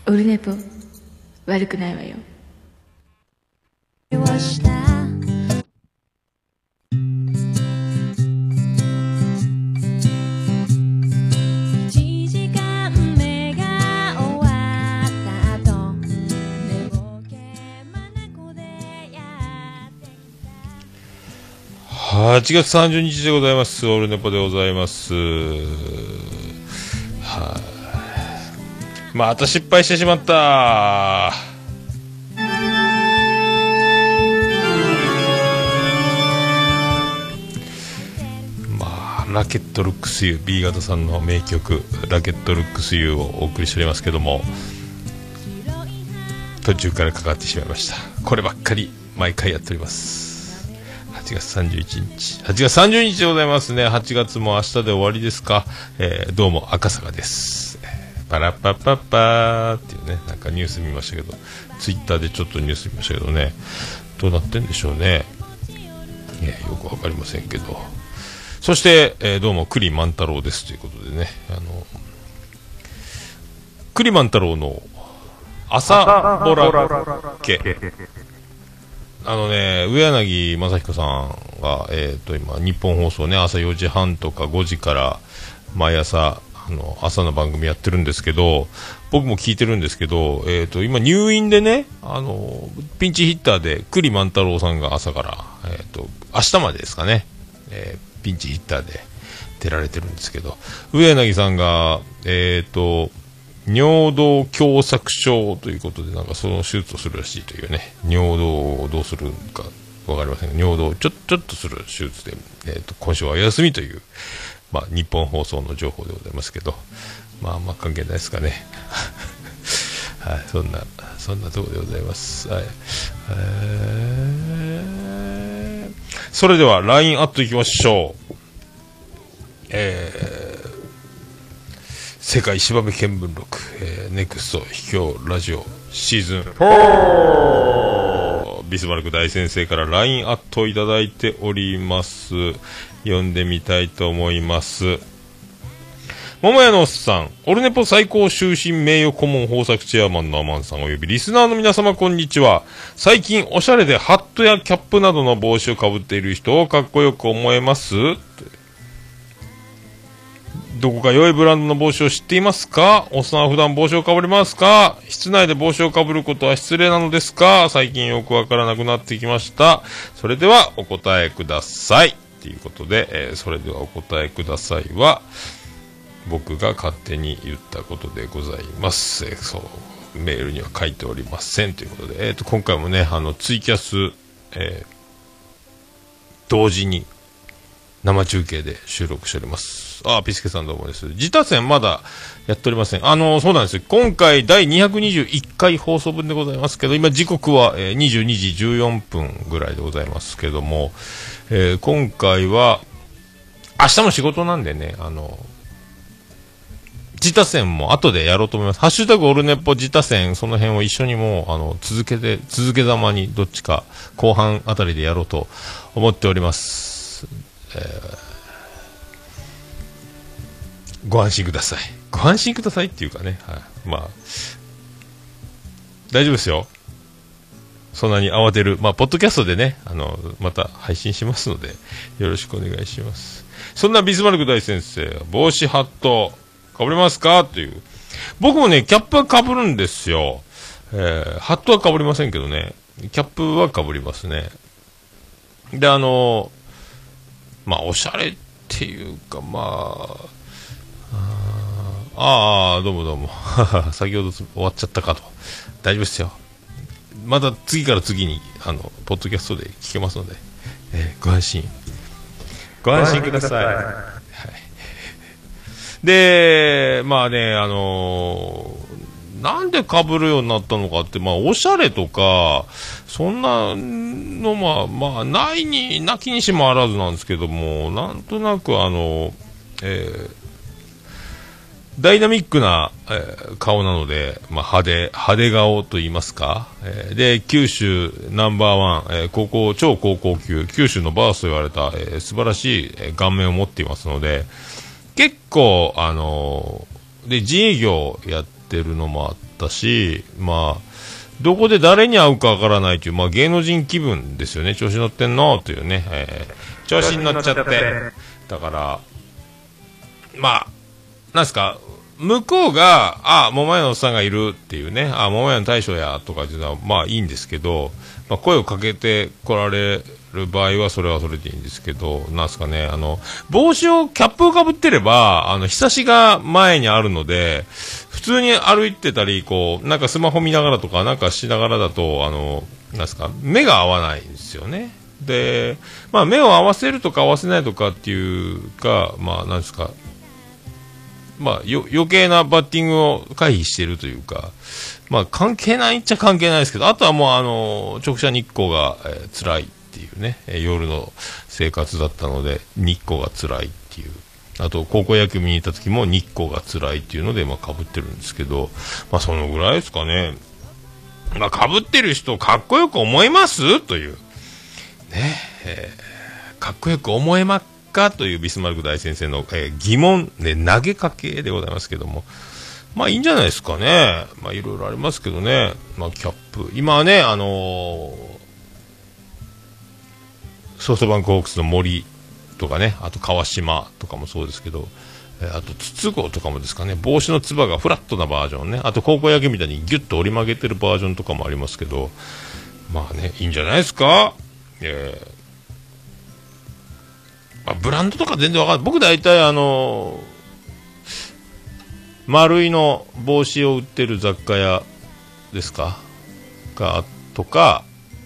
オルネポ悪くないわよ。 8月30日でございます。オルネポでございます。また失敗してしまった。ラケットルックス U B 型さんの名曲ラケットルックス U をお送りしておりますけども、途中からかかってしまいました。こればっかり毎回やっております。8月31日8月30日でございますね。8月も明日で終わりですか。どうも赤坂です。パラッパッパッパーっていうね、なんかニュース見ましたけど、ツイッターでちょっとニュース見ましたけどね、どうなってんでしょうね。よくわかりませんけど。そして、どうも栗万太郎ですということでね、栗万太郎の朝ぼらけ、上柳正彦さんが、今日本放送ね、朝4時半とか5時から毎朝朝の番組やってるんですけど、僕も聞いてるんですけど、今入院でね、ピンチヒッターで栗万太郎さんが朝から、明日までですかね、ピンチヒッターで出られてるんですけど、上柳さんが、尿道狭窄症ということで、なんかその手術をするらしいというね、尿道をどうするかわかりませんが、尿道をちょっとする手術で、今週はお休みという、日本放送の情報でございますけど、関係ないですかね。はい、そんなところでございます。はい。それでは LINE アットいきましょう。世界芝部見聞録、ネクスト秘境ラジオシーズン4、ビスマルク大先生から LINE アットいただいております。読んでみたいと思います。桃屋のおっさん、オルネポ最高終身名誉顧問豊作チェアマンのアマンさんおよびリスナーの皆様こんにちは。最近おしゃれでハットやキャップなどの帽子をかぶっている人をかっこよく思えます？どこか良いブランドの帽子を知っていますか？おっさんは普段帽子をかぶりますか？室内で帽子をかぶることは失礼なのですか？最近よくわからなくなってきました。それではお答えくださいということで、それではお答えくださいは僕が勝手に言ったことでございます。そうメールには書いておりませんということで、今回もねツイキャス、同時に生中継で収録しております。ピスケさんどうもです。自他戦まだやっておりません。そうなんですよ。今回第221回放送分でございますけど、今時刻は、22時14分ぐらいでございますけども、今回は明日も仕事なんでね、自他戦も後でやろうと思います。ハッシュタグオルネポ自他戦、その辺を一緒にも続けざまにどっちか後半あたりでやろうと思っております。ご安心ください。ご安心くださいっていうかね、はい、大丈夫ですよ。そんなに慌てる。ポッドキャストでね、また配信しますので、よろしくお願いします。そんなビスマルク大先生、帽子、ハット、かぶれますかという。僕もね、キャップはかぶるんですよ。ハットはかぶりませんけどね、キャップはかぶりますね。で、おしゃれっていうか、どうもどうも。先ほど終わっちゃったかと。大丈夫ですよ。また次から次に、ポッドキャストで聞けますので、ご安心ください。はい。で、なんで被るようになったのかって、おしゃれとか、そんなのなきにしもあらずなんですけども、なんとなくダイナミックな、顔なので、派手顔と言いますか、で九州ナンバーワン、超高校級九州のバースと言われた、素晴らしい、顔面を持っていますので、結構で自営業やってるのもあっったし、まあ、どこで誰に会うかわからないという、まあ芸能人気分ですよね。調子乗ってんのというね、調子に乗っちゃって。だから、まあ、なんすか、向こうが、桃屋のおっさんがいるっていうね、桃屋の大将やとかっていうのは、まあいいんですけど、まあ声をかけて来られる場合はそれはそれでいいんですけど、なんすかね、帽子を、キャップをかぶってれば、日差しが前にあるので、普通に歩いてたり、こう、なんかスマホ見ながらとか、なんかしながらだと、なんすか、目が合わないんですよね。で、まあ目を合わせるとか合わせないとかっていうか、まあなんですか、まあ余計なバッティングを回避しているというか、まあ関係ないっちゃ関係ないですけど、あとはもう直射日光が、辛いっていうね、夜の生活だったので、日光が辛いっていう。あと、高校野球見に行った時も日光が辛いっていうので、まあ、被ってるんですけど、まあ、そのぐらいですかね。まあ、被ってる人、かっこよく思いますという。ね、かっこよく思えますかというビスマルク大先生の、疑問、ね、投げかけでございますけども。まあ、いいんじゃないですかね。まあ、いろいろありますけどね。まあ、キャップ。今はね、ソフトバンクホークスの森とかね、あと川島とかもそうですけど、あと筒香とかもですかね、帽子のつばがフラットなバージョンね、あと高校野球みたいにギュッと折り曲げてるバージョンとかもありますけど、まあね、いいんじゃないですか。まあ、ブランドとか全然わかんない。僕大体丸いの帽子を売ってる雑貨屋ですかとか、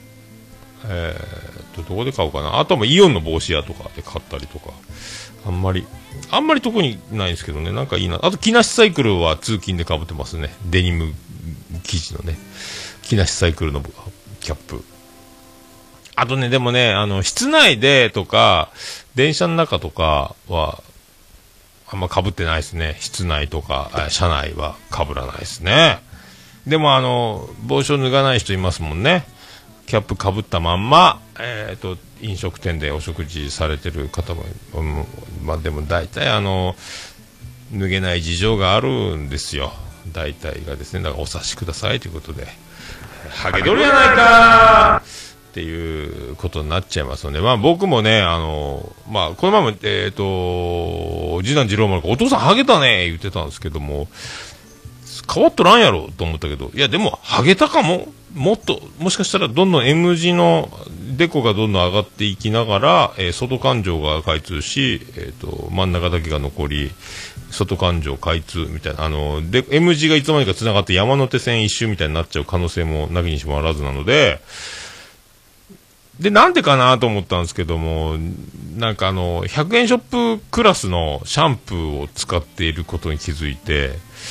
どこで買おうかな。あとはもうイオンの帽子屋とかで買ったりとか。あんまり特にないんですけどね。なんかいいな。あと、木梨サイクルは通勤で被ってますね。デニム生地のね。木梨サイクルのキャップ。あとね、でもね、室内でとか、電車の中とかは、あんま被ってないですね。室内とか、車内は被らないですね。でも帽子を脱がない人いますもんね。キャップかぶったまんま、飲食店でお食事されてる方も、まあでも大体脱げない事情があるんですよ。大体がですね、だからお察しくださいということで、ハゲドルやないかっていうことになっちゃいますので、まあ僕もね、まあこの前も、次男次郎丸がお父さんハゲたね言ってたんですけども、変わっとらんやろと思ったけど、いやでもハゲたかも。もっと、もしかしたらどんどん M 字のデコがどんどん上がっていきながら、外環状が開通し、真ん中だけが残り、外環状開通みたいな、で、M 字がいつの間にか繋がって山手線一周みたいになっちゃう可能性もなきにしもあらずなので、で、なんでかなと思ったんですけども、なんか100円ショップクラスのシャンプーを使っていることに気づいて、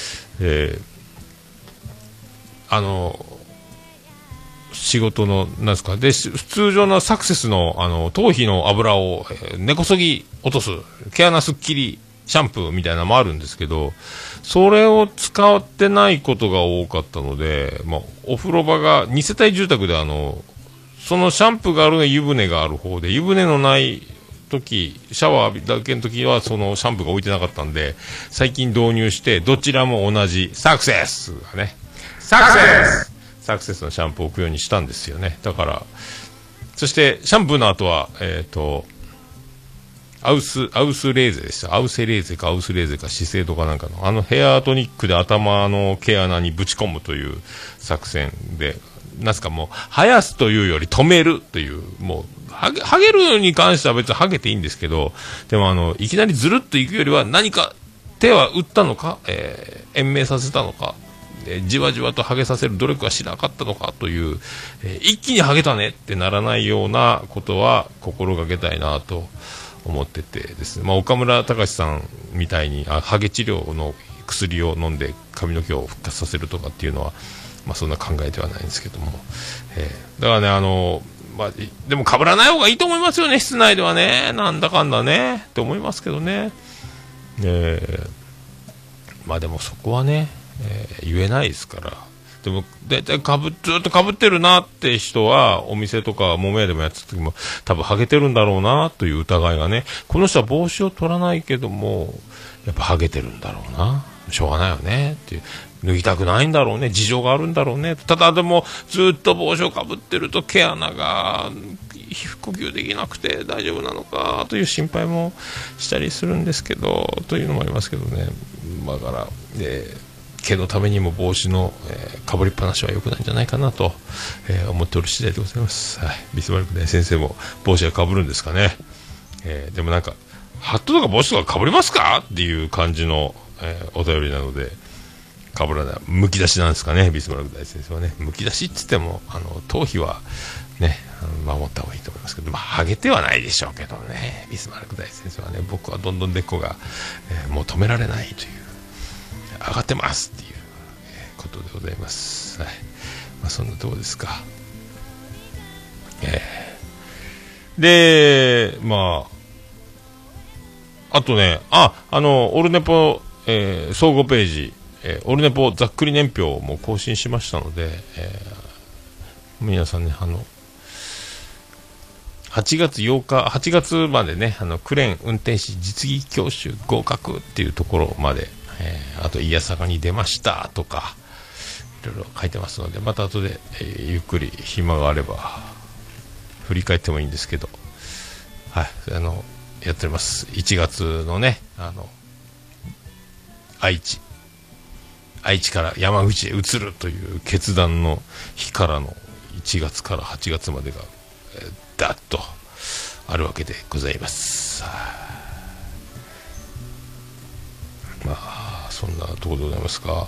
仕事の、なんですか。で、通常のサクセスの、頭皮の油を、根こそぎ落とす、毛穴すっきりシャンプーみたいなのもあるんですけど、それを使ってないことが多かったので、まあ、お風呂場が、2世帯住宅でそのシャンプーがあるのは湯船がある方で、湯船のない時、シャワーだけの時はそのシャンプーが置いてなかったんで、最近導入して、どちらも同じ、サクセスがね、サクセスのシャンプーを置くようにしたんですよね。だから、そしてシャンプーの後は、アウスレーゼでした。アウセレーゼかアウスレーゼか資生堂かなんかの、ヘアトニックで頭の毛穴にぶち込むという作戦で、なんすかもう、生やすというより止めるという、もう、ハゲるに関しては別にハゲていいんですけど、でもいきなりずるっといくよりは何か手は打ったのか、延命させたのか、じわじわとハゲさせる努力はしなかったのかという、一気にハゲたねってならないようなことは心がけたいなと思っててですね、まあ、岡村隆史さんみたいにハゲ治療の薬を飲んで髪の毛を復活させるとかっていうのは、まあ、そんな考えではないんですけども、だからねまあ、でも被らない方がいいと思いますよね、室内ではね、なんだかんだねって思いますけどね、まあでもそこはね、言えないですから。でも大体ずっと被ってるなって人はお店とか桃屋でもやってた時も多分ハゲてるんだろうなという疑いがね、この人は帽子を取らないけどもやっぱハゲてるんだろうなしょうがないよねっていう、脱ぎたくないんだろうね、事情があるんだろうね。ただでもずっと帽子をかぶってると毛穴が呼吸できなくて大丈夫なのかという心配もしたりするんですけど、というのもありますけどね。だから毛のためにも帽子の、かぶりっぱなしは良くないんじゃないかなと、思っておる次第でございます。はい、ビスマルクね、先生も帽子はかぶるんですかね。でもなんかハットとか帽子とかかぶりますかっていう感じの、お便りなので、かぶらない、むき出しなんですかね、ビスマルク大先生はね。むき出しって言っても頭皮はね守った方がいいと思いますけど、ハゲてはないでしょうけどね、ビスマルク大先生はね。僕はどんどんデコが、もう止められないという、上がってますっていう、ことでございます。はい、そんなとこですか。であとね、オルネポ、総合ページ、オルネポざっくり年表も更新しましたので、皆さんね、8月8日、8月までね、クレーン運転士実技教習合格っていうところまで、あと、いやさがに出ましたとか、いろいろ書いてますので、また後で、ゆっくり暇があれば、振り返ってもいいんですけど、はい、やっております。1月のね、愛知から山口へ移るという決断の日からの1月から8月までが、だっとあるわけでございます。そんなところでございますか。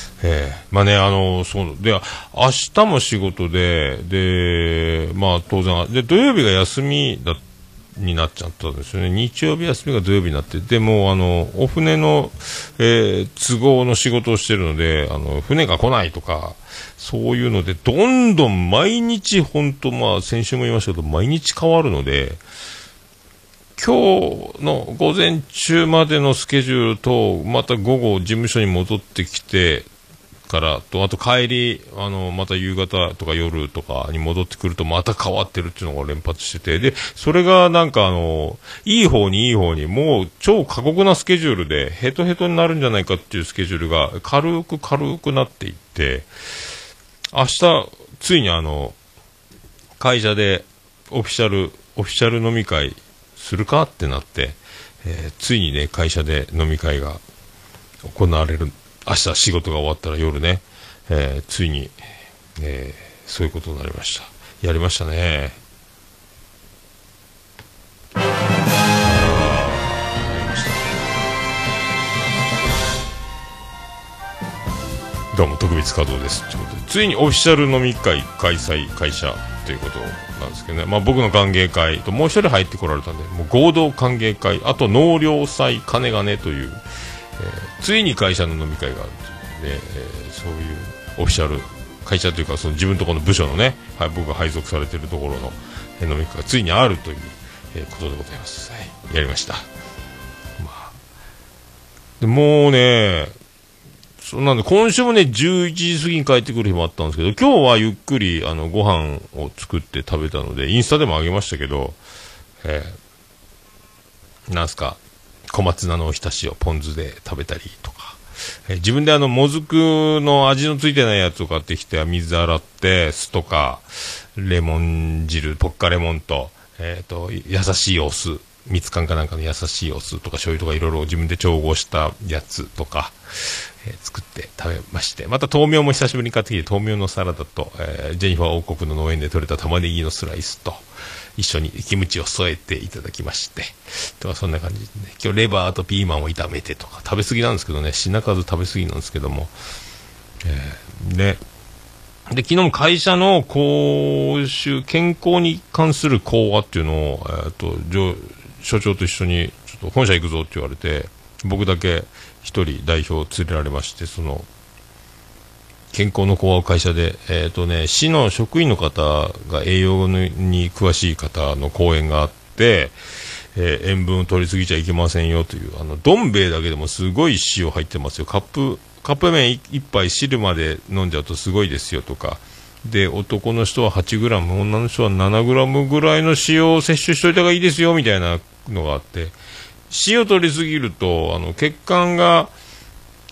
そうで、明日も仕事で、当然で土曜日が休みになっちゃったんですよね。日曜日休みが土曜日になって、でもお船の、都合の仕事をしてるので、船が来ないとかそういうので、どんどん毎日本当、先週も言いましたけど、毎日変わるので、今日の午前中までのスケジュールと、また午後事務所に戻ってきてからと、あと帰りまた夕方とか夜とかに戻ってくるとまた変わってるっていうのが連発してて、でそれがなんかいい方にもう超過酷なスケジュールでヘトヘトになるんじゃないかっていうスケジュールが軽くなっていって、明日ついに会社でオフィシャル飲み会するかってなって、ついにね会社で飲み会が行われる。明日仕事が終わったら夜ね、ついに、そういうことになりました。やりましたね。やりました。どうも特別稼働ですということで、ついにオフィシャル飲み会開催会社ということなんですけどね。僕の歓迎会ともう一人入ってこられたんで、もう合同歓迎会、あと納涼祭金がねという、ついに会社の飲み会があるというので、そういうオフィシャル会社というか、その自分のところの部署のね、はい、僕が配属されているところの飲み会がついにあるという、ことでございます。はい、やりました。でもうね、なんで今週もね11時過ぎに帰ってくる日もあったんですけど、今日はゆっくりご飯を作って食べたので、インスタでもあげましたけど、なんすか、小松菜のおひたしをポン酢で食べたりとか、自分でもずくの味のついてないやつを買ってきて水洗って酢とかレモン汁、ポッカレモンと、優しいお酢、蜜柑かなんかの優しいお酢とか醤油とかいろいろ自分で調合したやつとか、作って食べまして、また豆苗も久しぶりに買ってきて、豆苗のサラダと、ジェニファー王国の農園で採れた玉ねぎのスライスと一緒にキムチを添えていただきまして、とかそんな感じでね、今日レバーとピーマンを炒めてとか、食べ過ぎなんですけどね、品数食べ過ぎなんですけども、で昨日も会社の講習、健康に関する講話っていうのを、所長と一緒にちょっと本社行くぞって言われて、僕だけ一人代表連れられまして、その健康の講話を会社で、市の職員の方が栄養に詳しい方の講演があって、塩分を取りすぎちゃいけませんよという、どん兵衛だけでもすごい塩入ってますよ、カップ麺一杯汁まで飲んじゃうとすごいですよとかで、男の人は 8g、 女の人は 7g ぐらいの塩を摂取しといた方がいいですよみたいなのがあって、塩取りすぎると血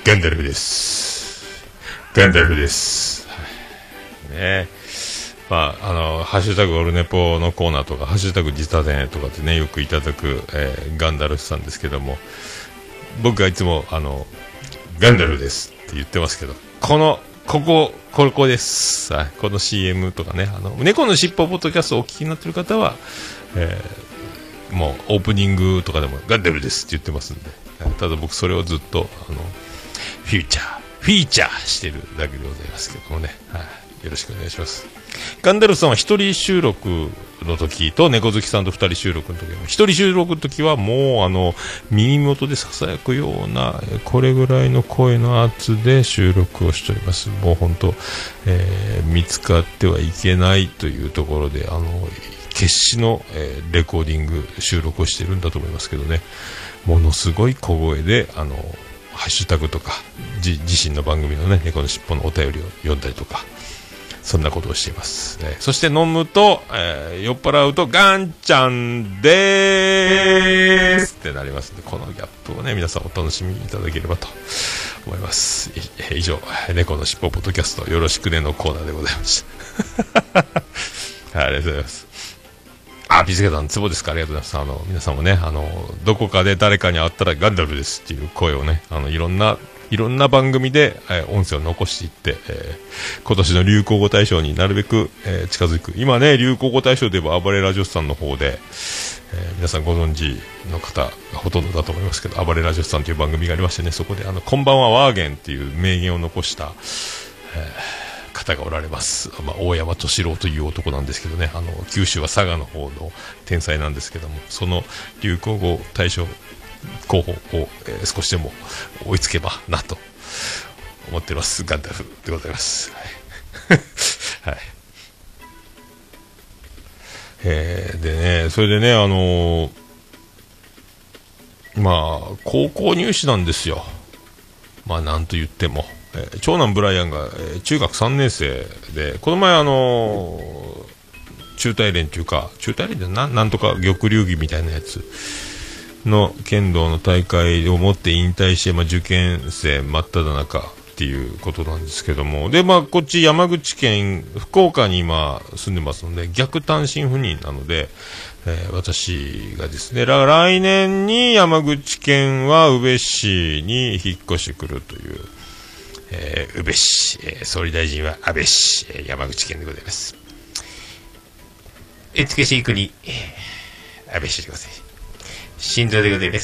ガンダルフです。ガンダルフです。ね、まあ、ハッシュタグオルネポのコーナーとか、ハッシュタグ自他伝とかでね、よくいただく、ガンダルフさんですけども、僕はいつも、ガンダルフですって言ってますけど、ここです。はい、この CM とかね、猫のしっぽポッドキャストをお聞きになっている方は、もうオープニングとかでもガンダルフですって言ってますんで、ただ僕それをずっと、フィーチャーしてるだけでございますけどもね、はい、よろしくお願いします。ガンダルフさんは一人収録の時と猫好きさんと二人収録の時も、一人収録の時はもう耳元で囁くようなこれぐらいの声の圧で収録をしております。もう本当、見つかってはいけないというところで決死の、レコーディング収録をしてるんだと思いますけどね、ものすごい小声でハッシュタグとか自身の番組のね、猫のしっぽのお便りを読んだりとか、そんなことをしています。そして飲むと、酔っ払うとガンちゃんでーすってなりますので、このギャップをね、皆さんお楽しみいただければと思います。以上、猫のしっぽポッドキャストよろしくねのコーナーでございました。はい、ありがとうございます。ピズケさん、ツボですか。ありがとうございます。皆さんもね、どこかで誰かに会ったらガンダルですっていう声をね、いろんな番組で、音声を残していって、今年の流行語大賞になるべく、近づく。今ね、流行語大賞では暴れラジオスさんの方で、皆さんご存知の方がほとんどだと思いますけど、暴れラジオスさんという番組がありましてね、そこでこんばんはワーゲンっていう名言を残した、方がおられます。大山敏郎という男なんですけどね、九州は佐賀の方の天才なんですけども、その流行語大賞候補を、少しでも追いつけばなと思ってます。ガンダルフでございます。はい。でね、それでね、高校入試なんですよ。なんと言っても。長男ブライアンが、中学3年生で、この前中大連というか、中大連でなんとか玉龍儀みたいなやつの剣道の大会をもって引退して、受験生真っ只中っていうことなんですけども、でこっち山口県福岡に今住んでますので、逆単身赴任なので、私がですね、来年に山口県は宇部市に引っ越してくるという、宇部市、総理大臣は安倍氏、山口県でございます。美しい国、安倍氏でございます。心臓でございます。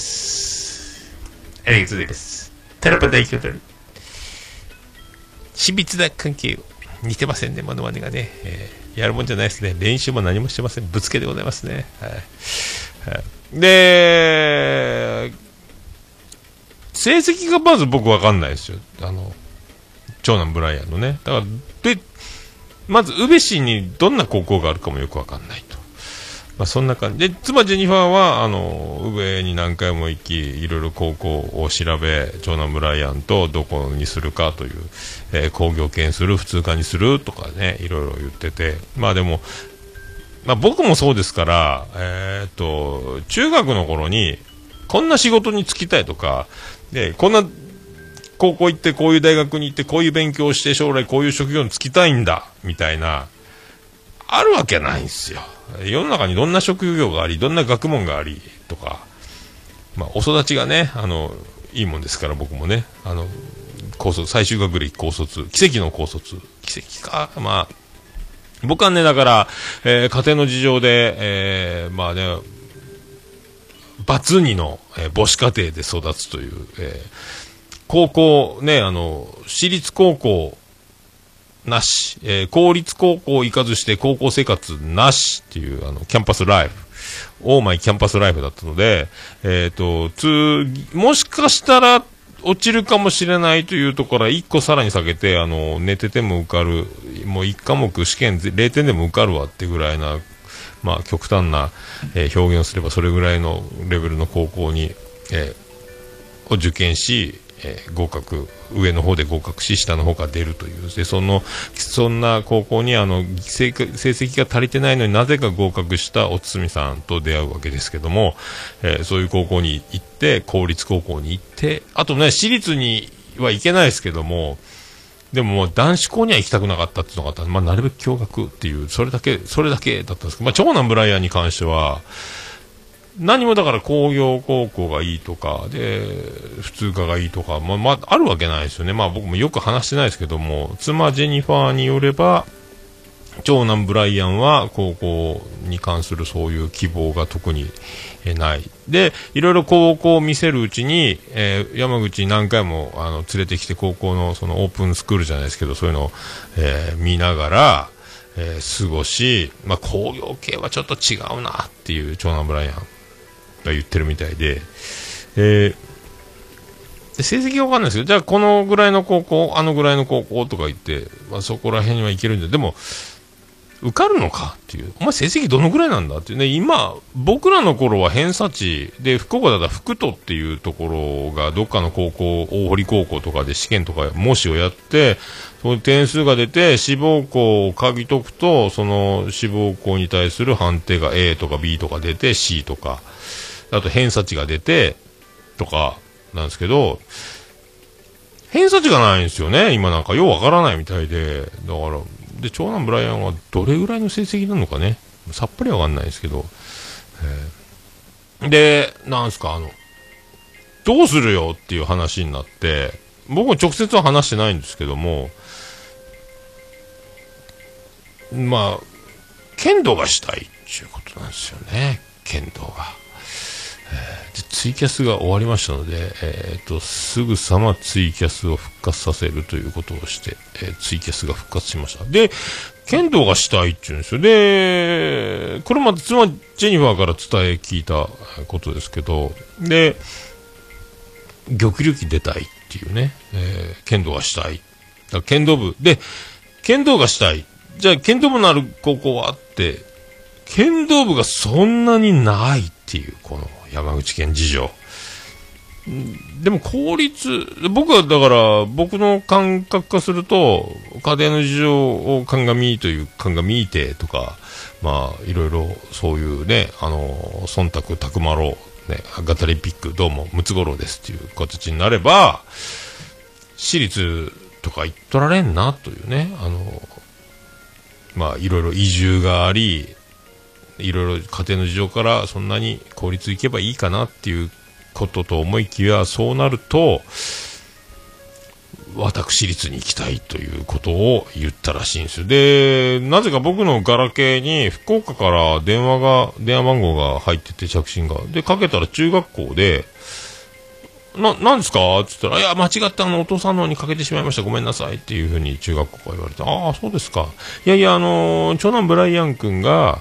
ありがとうございます。タラパ大京都に親密な関係を似てませんね、モノマネがね、やるもんじゃないですね。練習も何もしてません。ぶつけでございますね。はいはい、で、成績がまず僕分かんないですよ。長男ブライアンのね。だからでまず宇部市にどんな高校があるかもよく分かんないと。そんな感じで、妻ジェニファーは宇部に何回も行き、いろいろ高校を調べ、長男ブライアンとどこにするかという、工業系にする、普通科にするとかね、いろいろ言ってて、でも、僕もそうですから、中学の頃にこんな仕事に就きたいとかで、こんな高校行ってこういう大学に行ってこういう勉強をして将来こういう職業に就きたいんだみたいなあるわけないんですよ。世の中にどんな職業があり、どんな学問がありとか、お育ちがね、いいもんですから、僕もね、高卒、最終学歴高卒、奇跡の高卒、奇跡か、僕はね、だから、家庭の事情で、バツ2の、母子家庭で育つという、高校ね、私立高校なし、公立高校行かずして高校生活なしっていうキャンパスライフ、オーマイキャンパスライフだったので、もしかしたら落ちるかもしれないというところから1個さらに下げて、寝てても受かる、もう1科目試験0点でも受かるわってぐらいな、極端な、表現をすればそれぐらいのレベルの高校に、を受験し、合格、上の方で合格し下の方から出るという。でそんな高校に成績が足りてないのになぜか合格したおつみさんと出会うわけですけども、そういう高校に行って、公立高校に行って、あとね、私立にはいけないですけども、でももう男子校には行きたくなかったっていうのがあったんで、なるべく共学っていう、それだけだったんですけど、長男ブライアンに関しては、何もだから工業高校がいいとか、で、普通科がいいとか、あるわけないですよね。僕もよく話してないですけども、妻ジェニファーによれば、長男ブライアンは高校に関するそういう希望が特にない。で、いろいろ高校を見せるうちに、山口に何回も連れてきて高校のそのオープンスクールじゃないですけど、そういうのを、見ながら、過ごし、工業系はちょっと違うなっていう長男ブライアンが言ってるみたいで、で成績がわかんないですけど、じゃあこのぐらいの高校、あのぐらいの高校とか言って、そこら辺には行けるんで、でも、受かるのかっていう。お前成績どのぐらいなんだっていうね。今、僕らの頃は偏差値で、福岡だったら福都っていうところが、どっかの高校、大堀高校とかで試験とか模試をやって、その点数が出て、志望校を嗅ぎ解くと、その志望校に対する判定が A とか B とか出て、C とか、あと偏差値が出て、とか、なんですけど、偏差値がないんですよね。今なんかようわからないみたいで、だから、で長男ブライアンはどれぐらいの成績なのかね、さっぱりわかんないですけど、で、なんすか、どうするよっていう話になって、僕も直接は話してないんですけども、剣道がしたいっていうことなんですよね、剣道が。でツイキャスが終わりましたので、すぐさまツイキャスを復活させるということをして、ツイキャスが復活しました。で、剣道がしたいって言うんですよ。で、これまた妻ジェニファーから伝え聞いたことですけど、で、玉龍旗出たいっていうね、剣道がしたい。だから剣道部。で、剣道がしたい。じゃあ剣道部のある高校はって、剣道部がそんなにないっていう、この山口県事情。でも公立、僕はだから僕の感覚化すると、家庭の事情を鑑みてとか、いろいろそういうね、忖度たくまろう、ね、ガタリピックどうもムツゴロウですっていう形になれば、私立とか言っとられんなというね、いろいろ移住があり、いろいろ家庭の事情からそんなに公立行けばいいかなっていうことと思いきや、そうなると私立に行きたいということを言ったらしいんですよ。で、なぜか僕のガラケーに福岡から電話番号が入ってて、着信がでかけたら中学校で、なんですかって言ったら、いや、間違ったお父さんの方にかけてしまいました。ごめんなさいっていうふうに中学校から言われて、ああ、そうですか。いやいや、長男ブライアン君が、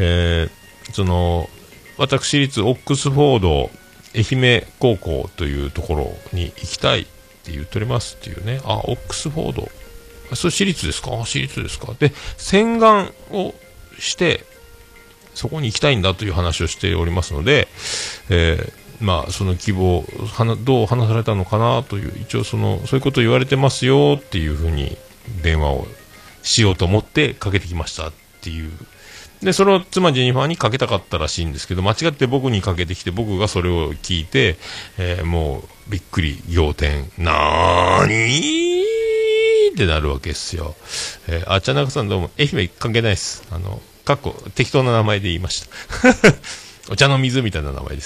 私立オックスフォード愛媛高校というところに行きたいって言っておりますっていうね。オックスフォード。それ私立ですか？私立ですか？で、洗顔をして、そこに行きたいんだという話をしておりますので、その希望どう話されたのかなという、一応そういうことを言われてますよっていうふうに電話をしようと思ってかけてきましたっていう。で、それを妻ジェニファーにかけたかったらしいんですけど、間違って僕にかけてきて、僕がそれを聞いて、もうびっくり仰天、なーにーってなるわけですよ。茶中さんどうも、愛媛関係ないです。適当な名前で言いました。お茶の水みたいな名前です。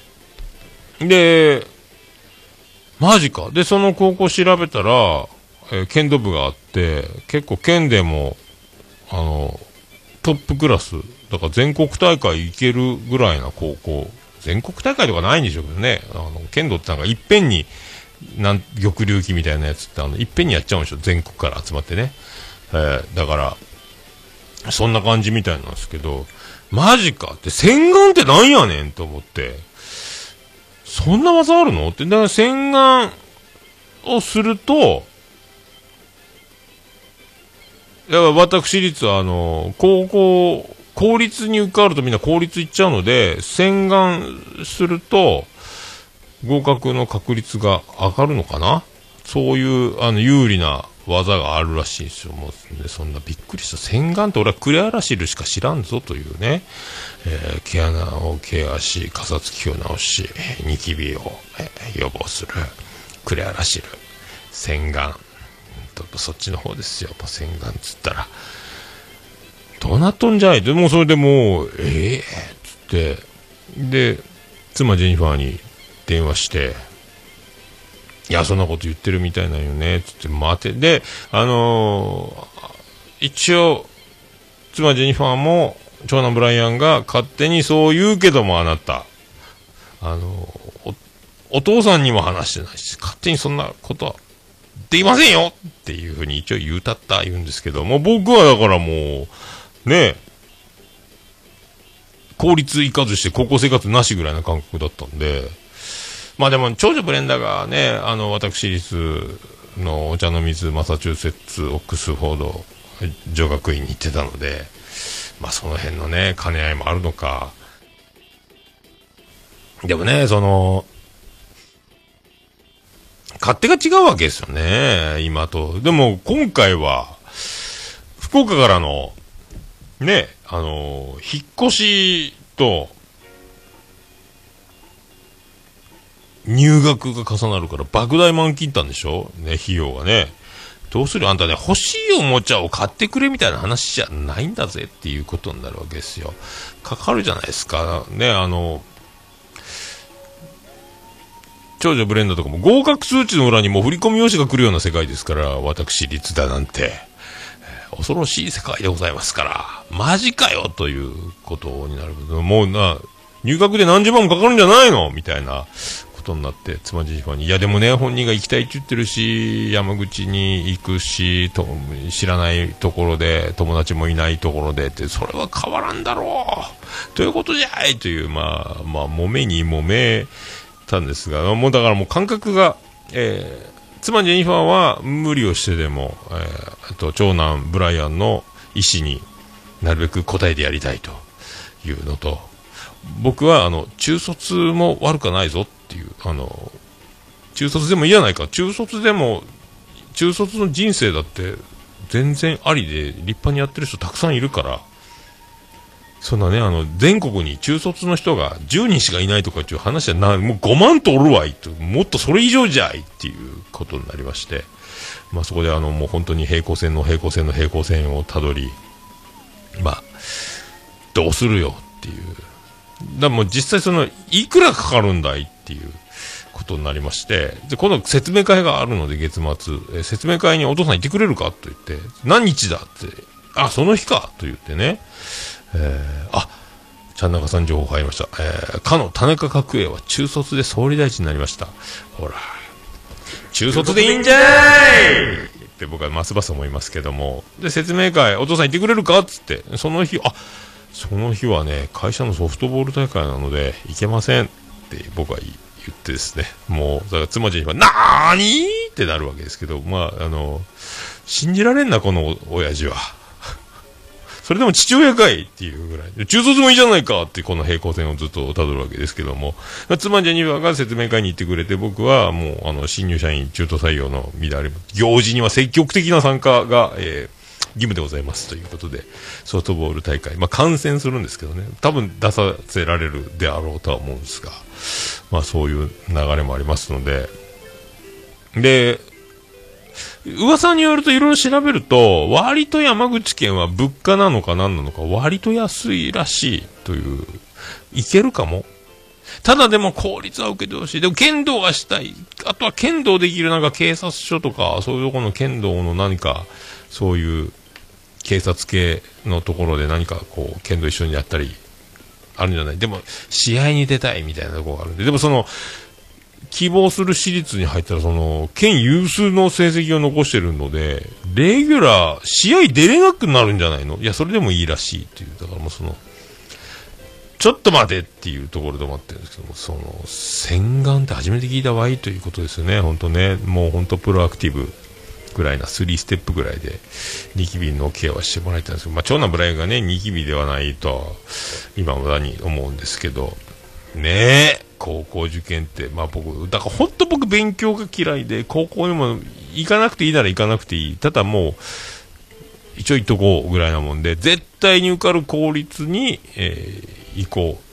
で、マジか。で、その高校調べたら、剣道部があって、結構剣でも、トップクラス、だから全国大会行けるぐらいな高校、全国大会とかないんでしょうけどね、剣道ってなんかいっぺんに、玉龍旗みたいなやつっていっぺんにやっちゃうんでしょ、全国から集まってね。だから、そんな感じみたいなんですけど、マジかって、洗顔ってなんやねんと思って、そんな技あるのって、だから洗顔をすると、私立は公立に受かるとみんな公立行っちゃうので、洗顔すると合格の確率が上がるのかな、そういう有利な技があるらしいんですよ。もう、ね、そんなびっくりした。洗顔って俺はクレアラシルしか知らんぞというね、毛穴をケアし、かさつきを治し、ニキビを、予防するクレアラシル、 洗顔そっちの方ですよ。もう洗顔つったらどうなっとんじゃい。でもそれでもうつってで妻ジェニファーに電話して、いやそんなこと言ってるみたいなんよねつって待てで一応妻ジェニファーも長男ブライアンが勝手にそう言うけども、あなたお父さんにも話してないし勝手にそんなことはできませんよっていうふうに一応言うんですけども、僕はだからもうね公立行かずして高校生活なしぐらいな感覚だったんで、まあでも長女ブレンダーがね私立のお茶の水マサチューセッツオックスフォード女学院に行ってたので、まあその辺のね兼ね合いもあるのか。でもね勝手が違うわけですよね今と。でも今回は福岡からのね引っ越しと入学が重なるから莫大満金ったんでしょね、費用がね。どうするあんたね、欲しいおもちゃを買ってくれみたいな話じゃないんだぜっていうことになるわけですよ。かかるじゃないですかね。長女ブレンダーとかも合格数値の裏にも振り込み用紙が来るような世界ですから、私立だなんて、恐ろしい世界でございますからマジかよということになる。もう入学で何十万もかかるんじゃないのみたいなことになって、妻ジェニファーにいやでもね本人が行きたいって言ってるし山口に行くしと知らないところで友達もいないところでってそれは変わらんだろうということじゃいというまあ揉めに揉めたんですが、もうだからもう感覚が、妻ジェニファーは無理をしてでも、長男ブライアンの意思になるべく応えてやりたいというのと、僕は中卒も悪くないぞっていう中卒でもいいじゃないか、中卒の人生だって全然ありで立派にやってる人たくさんいるから、そんなね全国に中卒の人が10人しかいないとかっていう話じゃない、もう5万とおるわいと、もっとそれ以上じゃいっていうことになりまして、まあそこでもう本当に平行線をたどり、まあどうするよっていう、だもう実際いくらかかるんだいっていうことになりまして、で今度説明会があるので月末、説明会にお父さん行ってくれるかと言って、何日だって、その日かと言ってね、ちゃんなかさん情報入りました。かの田中角栄は中卒で総理大臣になりました。ほら中卒でいいんじゃーいって僕はますます思いますけども、で説明会お父さん行ってくれるかっつって、その日はね会社のソフトボール大会なので行けませんって僕は言ってですね、もうだから妻ジェニファーなーにーってなるわけですけど、まあ信じられんなこの親父はそれでも父親かいっていうぐらい中卒もいいじゃないかってこの平行線をずっとたどるわけですけども、妻ジェニファーが説明会に行ってくれて、僕はもう新入社員中途採用の乱れ行事には積極的な参加が、義務でございますということでソフトボール大会、観戦するんですけどね、多分出させられるであろうとは思うんですが、そういう流れもありますので、噂によるといろいろ調べると割と山口県は物価なのか何なのか割と安いらしいという、いけるかも。ただでも公立は受けてほしい。でも剣道がしたい。あとは剣道できるなんか警察署とかそういうところの剣道の何かそういう警察系のところで何かこう剣道一緒にやったりあるんじゃない。でも試合に出たいみたいなところがあるんで、でも希望する私立に入ったら県有数の成績を残してるのでレギュラー試合出れなくなるんじゃないの。いやそれでもいいらしいっていう、だからもうちょっと待てっていうところで待ってるんですけども、洗顔って初めて聞いたわいということですよね。本当ね、もう本当プロアクティブぐらいな3ステップぐらいでニキビのケアはしてもらいたいんですけど、長男ブライアンがねニキビではないと今無駄に思うんですけどねえ、高校受験ってだから本当僕勉強が嫌いで、高校にも行かなくていいなら行かなくていい、ただもう一応行っとこうぐらいなもんで、絶対に受かる公立に、行こ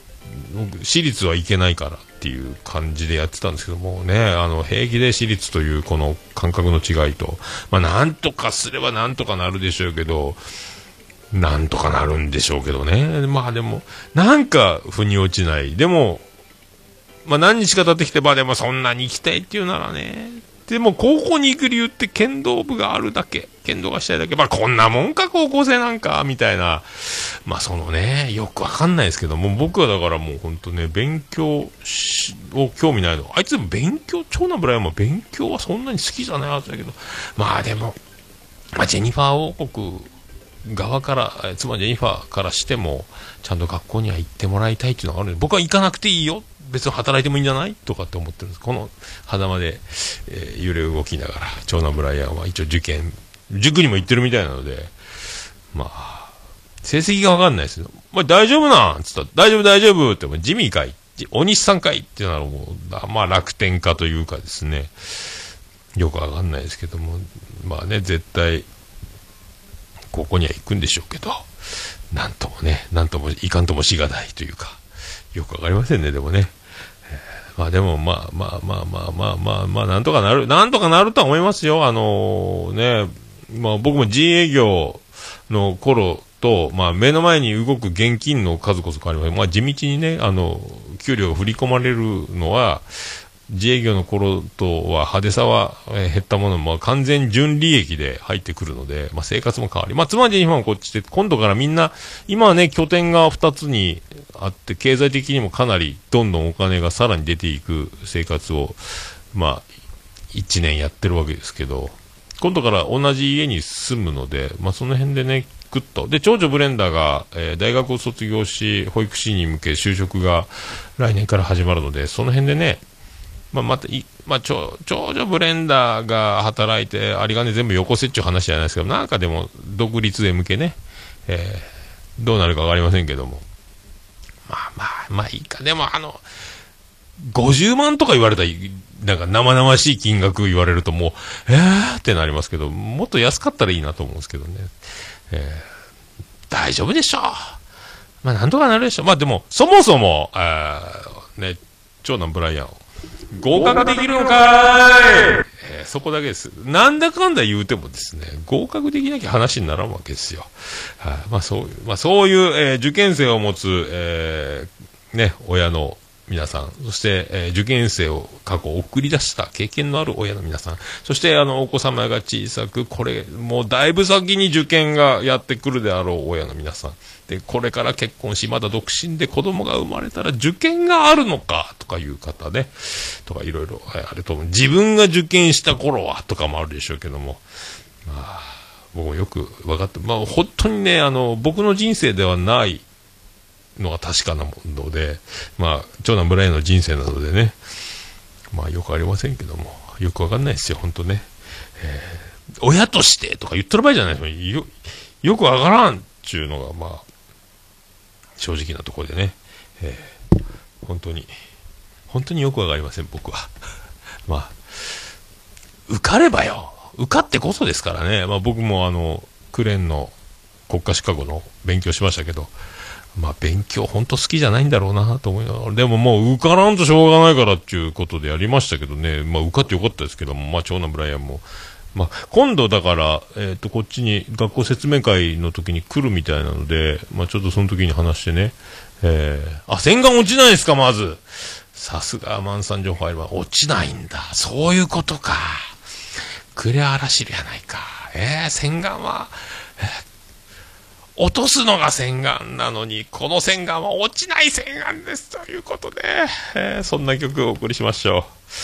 私立はいけないからっていう感じでやってたんですけどもね、平気で私立というこの感覚の違いと、まあなんとかすればなんとかなるでしょうけど、なんとかなるんでしょうけどね。まあでも、なんか腑に落ちない。でも、まあ何日か経ってきて、まあでもそんなに行きたいっていうならね。でも高校に行く理由って剣道部があるだけ。剣道がしたいだけ。まあこんなもんか高校生なんか、みたいな。まあそのね、よくわかんないですけども、僕はだからもうほんとね、勉強を興味ないの。あいつも長男ブライアンも勉強はそんなに好きじゃないはずだけど。まあでも、まあジェニファー王国側から、妻ジェニファーからしても、ちゃんと学校には行ってもらいたいっていうのがあるので、僕は行かなくていいよ。別に働いてもいいんじゃないとかって思ってるんです。この狭間で、揺れ動きながら、長男ブライアンは一応塾にも行ってるみたいなので、まあ、成績がわかんないですよ。まあ、大丈夫なんつったら、大丈夫って、ジミーかい大西さんかいっていうのはもう、まあ楽天家というかですね、よくわかんないですけども、まあね、絶対、ここには行くんでしょうけど、なんともいかんともしがないというか、よくわかりませんね、でもね。まあでも、まあ、なんとかなるとは思いますよ。ね、まあ僕も自営業の頃と、まあ目の前に動く現金の数こそ変わります。まあ地道にね、給料が振り込まれるのは、自営業の頃とは派手さは減ったものも完全純利益で入ってくるので、まあ生活も変わり。まあつまり今はこっちで、今度からみんな、今はね、拠点が2つにあって、経済的にもかなりどんどんお金がさらに出ていく生活を、まあ、1年やってるわけですけど、今度から同じ家に住むので、まあその辺でね、グッと。で、長女ブレンダーが、大学を卒業し、保育士に向け就職が来年から始まるので、その辺でね、まあ、長女ブレンダーが働いて、有り金全部よこせっちゅう話じゃないですけど、なんかでも、独立へ向けね、どうなるかわかりませんけども。まあいいか。でも50万とか言われたら、なんか生々しい金額言われるともう、ってなりますけど、もっと安かったらいいなと思うんですけどね。大丈夫でしょう。まあなんとかなるでしょう。まあでも、そもそも、ね、長男ブライアン、合格できるのかーい、そこだけです。なんだかんだ言うてもですね、合格できなきゃ話にならんわけですよ。まあそういう、受験生を持つ、ね、親の皆さん、そして、受験生を過去送り出した経験のある親の皆さん、そしてお子様が小さく、これもうだいぶ先に受験がやってくるであろう親の皆さんで、これから結婚しまだ独身で子供が生まれたら受験があるのかとかいう方ね、とかいろいろあると思う。自分が受験した頃はとかもあるでしょうけども、まあ僕もよく分かって、まあ本当にね、僕の人生ではないのが確かなもので、まあ長男ブライアンの人生なのでね、まあよくありませんけども、よくわかんないですよ本当ね。親としてとか言ってる場合じゃないですよ。よくわからんっていうのがまあ正直なところでね、本当によくわかりません僕は。まあ受かればよ、受かってこそですからね。まあ僕もクレーンの国家資格の勉強しましたけど、まあ勉強本当好きじゃないんだろうなと思いながら、でももう受からんとしょうがないからっていうことでやりましたけどね。まあ受かってよかったですけども、まあ長男ブライアンも、まあ今度だからこっちに学校説明会の時に来るみたいなので、まあちょっとその時に話してね、洗顔落ちないですかまず。さすがマンサン情報あれば落ちないんだ。そういうことか。クレアラシルやないか。洗顔は、落とすのが洗顔なのに、この洗顔は落ちない洗顔ですということで、そんな曲をお送りしましょう。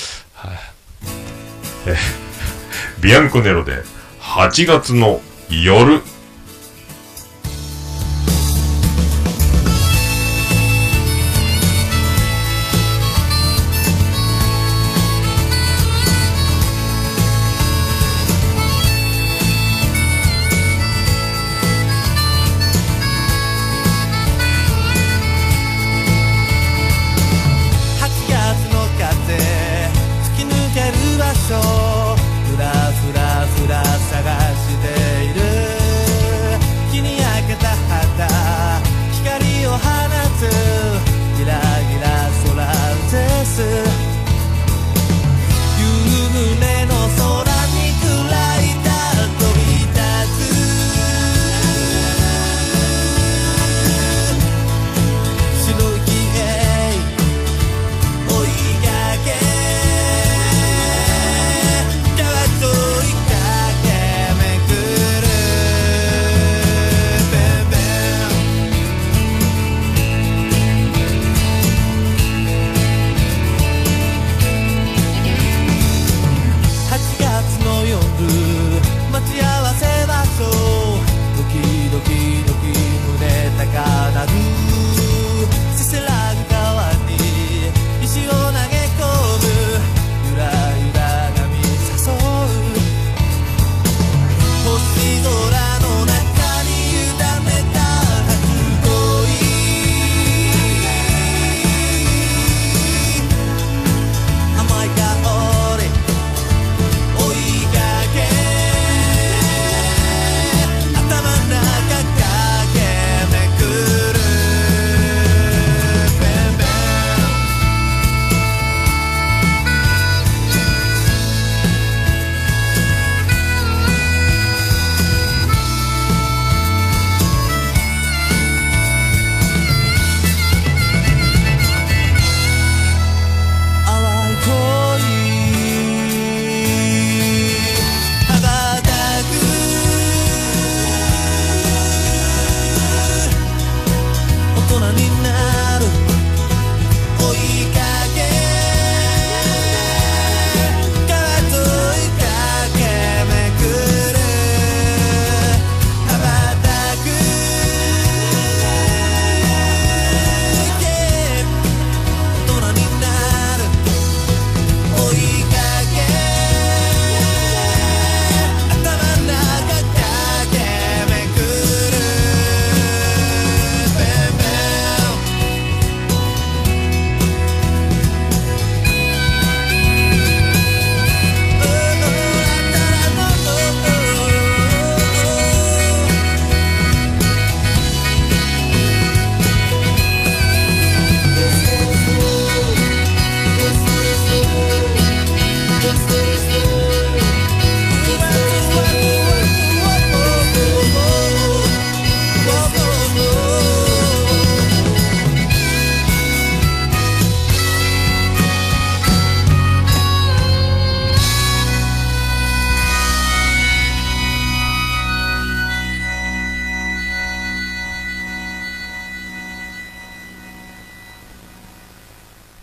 ビアンコネロで8月の夜。 ふらふら探している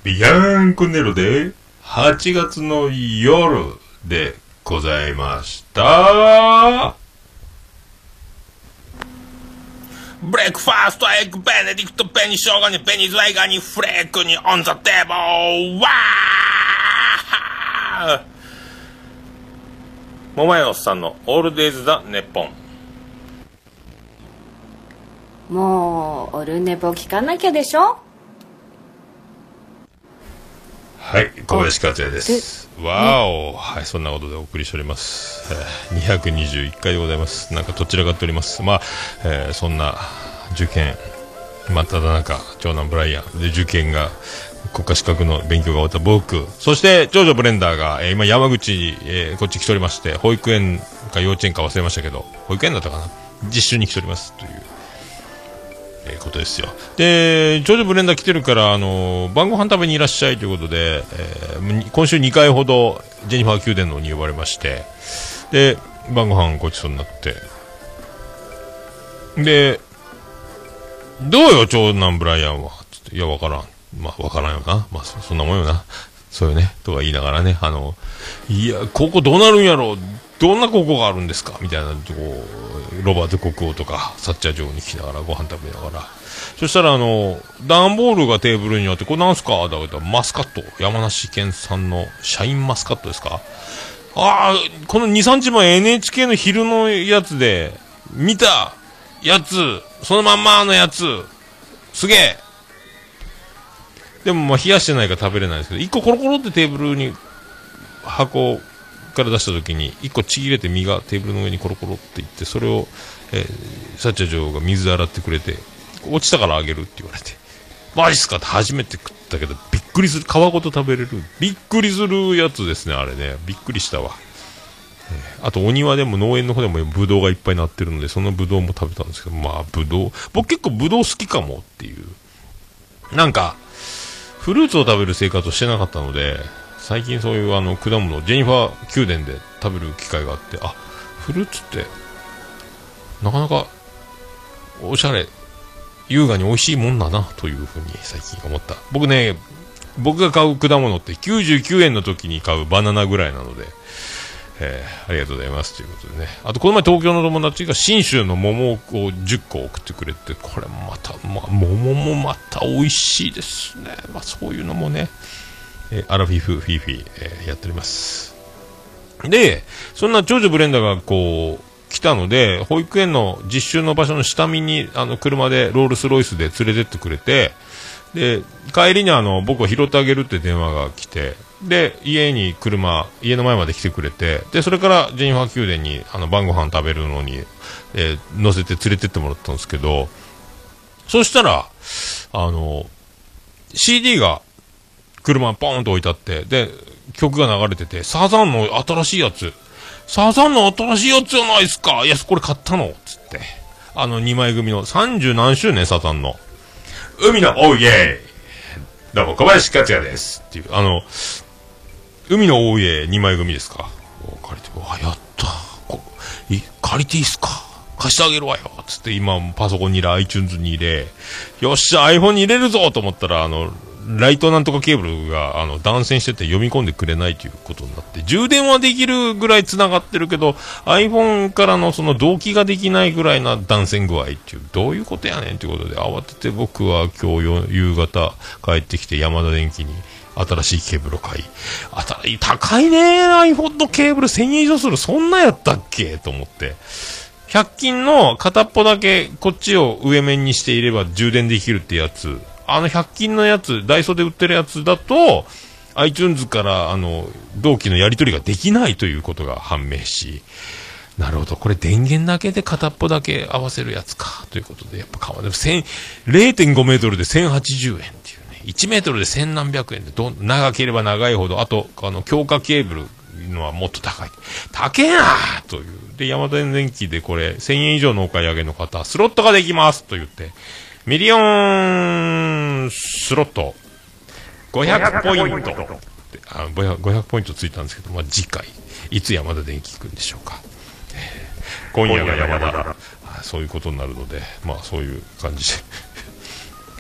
ビアンコネロで8月の夜でございました。 ブレックファーストエッグベネディクトペニショウガニペニズワイガニフレークにオンザテーブルわー桃屋のおっさんのオールデイズ・ザ・ネッポン。 もうオルネポ聞かなきゃでしょ。 はい、小林克也です。わーお、はい、そんなことでお送りしております。221回でございます。なんかどちらかっております。まあ、そんな受験、まあ、ただ中、長男ブライアンで受験が国家資格の勉強が終わった僕、そして長女ブレンダーが、今山口に、こっち来ておりまして、保育園か幼稚園か忘れましたけど、保育園だったかな、実習に来ておりますという。ことですよ。で、長女ブレンダー来てるから晩ご飯食べにいらっしゃいということで、今週2回ほどジェニファー宮殿のに呼ばれまして、で晩ご飯ごちそうになって、でどうよ長男ブライアンはつって、いやわからん、まあわからんよな、まあそんなもんよな、そうよねとか言いながらね、いやここどうなるんやろう、どんな高校があるんですかみたいな、こうロバート国王とかサッチャー城に来ながらご飯食べながら、そしたら段ボールがテーブルにあって、これなんすかだからマスカット、山梨県産のシャインマスカットですか。ああ、この 2,3 日前 NHK の昼のやつで見たやつ、そのまんまのやつすげえ。でもまあ冷やしてないから食べれないですけど、1個コロコロってテーブルに箱から出した時に1個ちぎれて身がテーブルの上にコロコロっていって、それを、サッチャー女王が水で洗ってくれて、落ちたからあげるって言われて、マジっすかって初めて食ったけど、びっくりする、皮ごと食べれる、びっくりするやつですね、あれね、びっくりしたわ。あとお庭でも農園の方でもブドウがいっぱいなってるので、そのブドウも食べたんですけど、まあブドウ、僕結構ブドウ好きかもっていう、なんかフルーツを食べる生活をしてなかったので、最近そういう果物をジェニファー宮殿で食べる機会があって、あ、フルーツってなかなかおしゃれ、優雅に美味しいもんだなというふうに最近思った。僕ね、僕が買う果物って99円の時に買うバナナぐらいなので、ありがとうございますということでね。あとこの前東京の友達が信州の桃を10個送ってくれて、これまた、桃もまた美味しいですね。まあそういうのもね、アラフィフフィーフィー、やっております。で、そんな長女ブレンダーがこう来たので、保育園の実習の場所の下見に車でロールスロイスで連れてってくれて、で帰りに僕を拾ってあげるって電話が来て、で家の前まで来てくれて、でそれからジェニファー宮殿に晩ご飯食べるのに、乗せて連れてってもらったんですけど、そしたらCD が車にポーンと置いてあって、で曲が流れてて、サザンの新しいやつ、サザンの新しいやつじゃないですか、いやこれ買ったのつって、2枚組の30何周年サザンの海のオーイエー、どうも小林克也ですっていう、海のオーイエー2枚組ですか、借りて、わやった、借りていいっすか、貸してあげるわよつって、今パソコンに入れ iTunes に入れ、よっしゃ iPhone に入れるぞと思ったら、ライトなんとかケーブルが断線してて読み込んでくれないということになって、充電はできるぐらい繋がってるけど iPhone からのその同期ができないぐらいな断線具合っていう、どういうことやねんということで、慌てて僕は今日夕方帰ってきてヤマダ電機に新しいケーブルを買い、高いね iPhone のケーブル1000円以上する、そんなやったっけと思って、100均の片っぽだけこっちを上面にしていれば充電できるってやつ、100均のやつ、ダイソーで売ってるやつだと iTunes から同期のやり取りができないということが判明し、なるほど、これ電源だけで片っぽだけ合わせるやつかということで、やっぱ買わない。0.5 メートルで1080円っていうね、1メートルで1000何百円で、長ければ長いほど、あと強化ケーブルのはもっと高い、高えなーというで、ヤマダ電機でこれ1000円以上のお買い上げの方、スロットができますと言って、ミリオンスロット500ポイント500ポイントついたんですけど、次回いつヤマダ電機行くんでしょうか、今夜がヤマダ、そういうことになるので、そういう感じで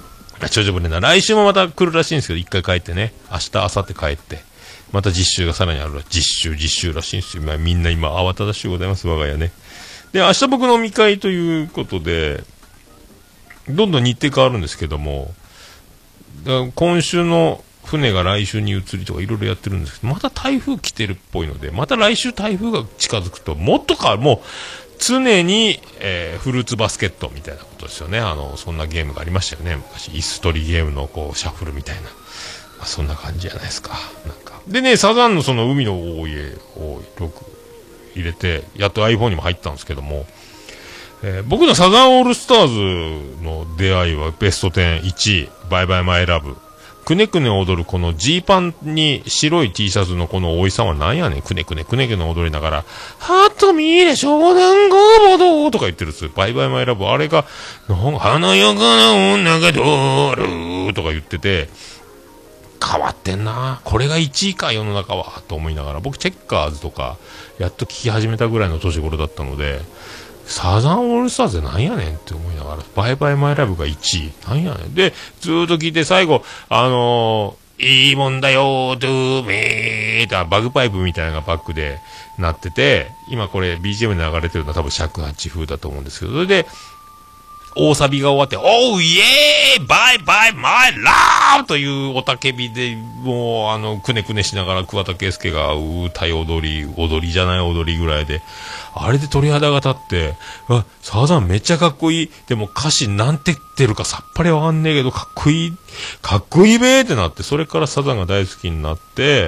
長女ブレンダー。来週もまた来るらしいんですけど、一回帰ってね、明日、明後日帰って、また実習がさらにある実習らしいんですよ。みんな今慌ただしゅうございます、我が家ね。で、明日僕の飲み会ということで、どんどん日程変わるんですけども、今週の船が来週に移りとかいろいろやってるんですけど、また台風来てるっぽいので、また来週台風が近づくと、もっと変わる。もう、常に、フルーツバスケットみたいなことですよね。そんなゲームがありましたよね。昔、椅子取りゲームのこう、シャッフルみたいな。そんな感じじゃないですか。なんか。でね、サザンのその海の大家をよく入れて、やっと iPhone にも入ったんですけども、僕のサザンオールスターズの出会いはベスト10、1位、バイバイマイラブ。くねくね踊るこのジーパンに白い T シャツのこのおいさんはなんやねん、くねくね踊りながら、はっと見れ湘南ゴーボドとか言ってるんですよ。バイバイマイラブ。あれが、華やかな女が通るとか言ってて、変わってんな。これが1位か、世の中は。と思いながら、僕チェッカーズとか、やっと聞き始めたぐらいの年頃だったので、サザンオールスターズでなんやねんって思いながら、バイバイマイラブが1位。なんやねん。で、ずーっと聞いて最後、いいもんだよ、ドゥーメーってバグパイプみたいなのがバックでなってて、今これ BGM で流れてるのは多分尺八風だと思うんですけど、それで、大サビが終わって、おうイエーイバイバイマイラブというおたけびで、もうくねくねしながら桑田佳祐が歌い踊りじゃない踊りぐらいで、あれで鳥肌が立って、サザンめっちゃかっこいい。でも歌詞なんて言ってるかさっぱりわかんねえけど、かっこいいべーってなって、それからサザンが大好きになって、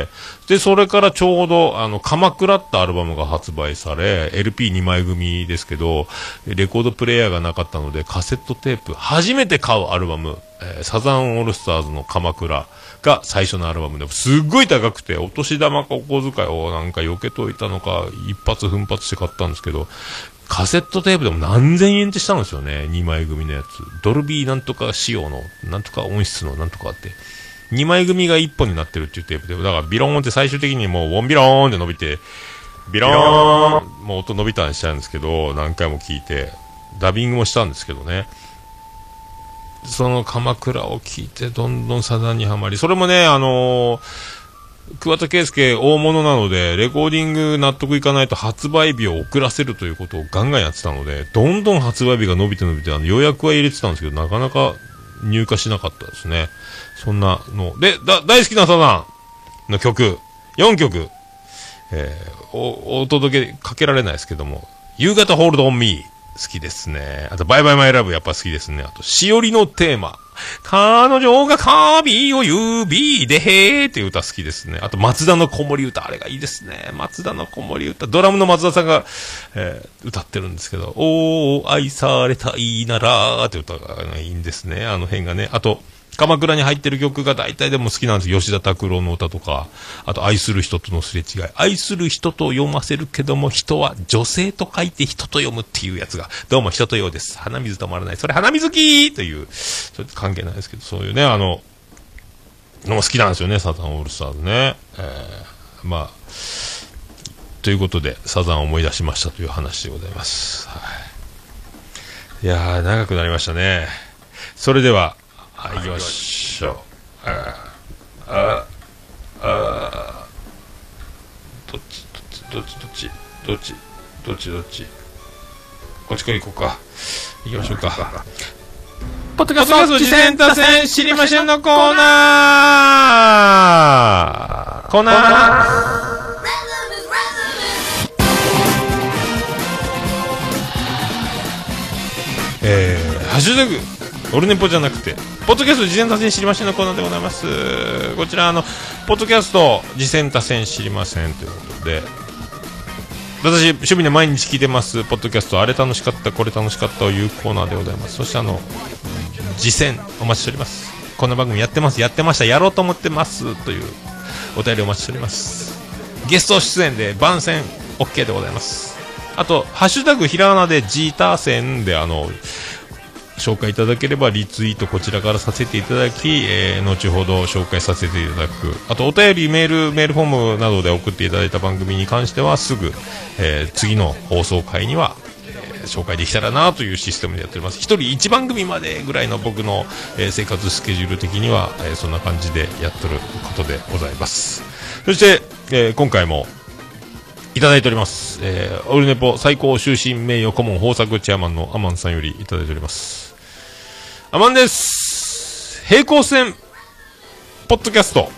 で、それからちょうど、鎌倉ってアルバムが発売され、LP2 枚組ですけど、レコードプレイヤーがなかったので、カセットテープ、初めて買うアルバム、サザンオールスターズの鎌倉が最初のアルバムで、すっごい高くて、お年玉かお小遣いをなんか避けといたのか、一発奮発して買ったんですけど、カセットテープでも何千円ってしたんですよね、2枚組のやつ。ドルビーなんとか仕様の、なんとか音質のなんとかあって。2枚組が1本になってるっていうテープで、だからビローンって最終的にもうウォンビローンって伸びて、ビローンもう音伸びたんしちゃうんですけど、何回も聞いて、ダビングもしたんですけどね。その鎌倉を聞いてどんどんサザンにはまり、それもね、桑田佳祐大物なので、レコーディング納得いかないと発売日を遅らせるということをガンガンやってたので、どんどん発売日が伸びて予約は入れてたんですけど、なかなか入荷しなかったですね。そんなの。で、大好きなサザンの曲、4曲、お届けかけられないですけども、夕方ホールドオンミー好きですね。あと、バイバイマイラブやっぱ好きですね。あと、しおりのテーマ。彼女が髪を指でへーっていう歌好きですね。あと、松田の子守歌。あれがいいですね。松田の子守歌。ドラムの松田さんが、歌ってるんですけど、おー、愛されたいならーって歌がいいんですね。あの辺がね。あと、鎌倉に入ってる曲が大体でも好きなんです。吉田拓郎の歌とか、あと愛する人とのすれ違い。愛する人と読ませるけども、人は女性と書いて人と読むっていうやつが、どうも人とようです。鼻水止まらない。それ鼻水きーという、ちょっと関係ないですけど、そういうね、のも好きなんですよね、サザンオールスターズね。まあ、ということで、サザンを思い出しましたという話でございます。はい。いやー、長くなりましたね。それでは、行きましょう。どっちこっちから行こうか。行きましょうか。ポッドキャスト次戦打線知りませんのコーナーハッシュタグオルネポじゃなくてポッドキャスト次戦打線知りませんのコーナーでございます。こちらポッドキャスト次戦打線知りませんということで、私趣味で毎日聞いてますポッドキャスト、あれ楽しかったこれ楽しかったというコーナーでございます。そして次戦お待ちしております。こんな番組やってました、やろうと思ってますというお便りお待ちしております。ゲスト出演で番宣 OK でございます。あとハッシュタグひらがなでジーター戦で紹介いただければリツイートこちらからさせていただき、後ほど紹介させていただく。あとお便りメールフォームなどで送っていただいた番組に関してはすぐ、次の放送回には、 紹介できたらなというシステムでやっております。一人1番組までぐらいの僕の、生活スケジュール的には、そんな感じでやってることでございます。そして、今回もいただいております。オルネポ最高終身名誉顧問豊作チェアマンのアマンさんよりいただいております。アマンです。平行線ポッドキャスト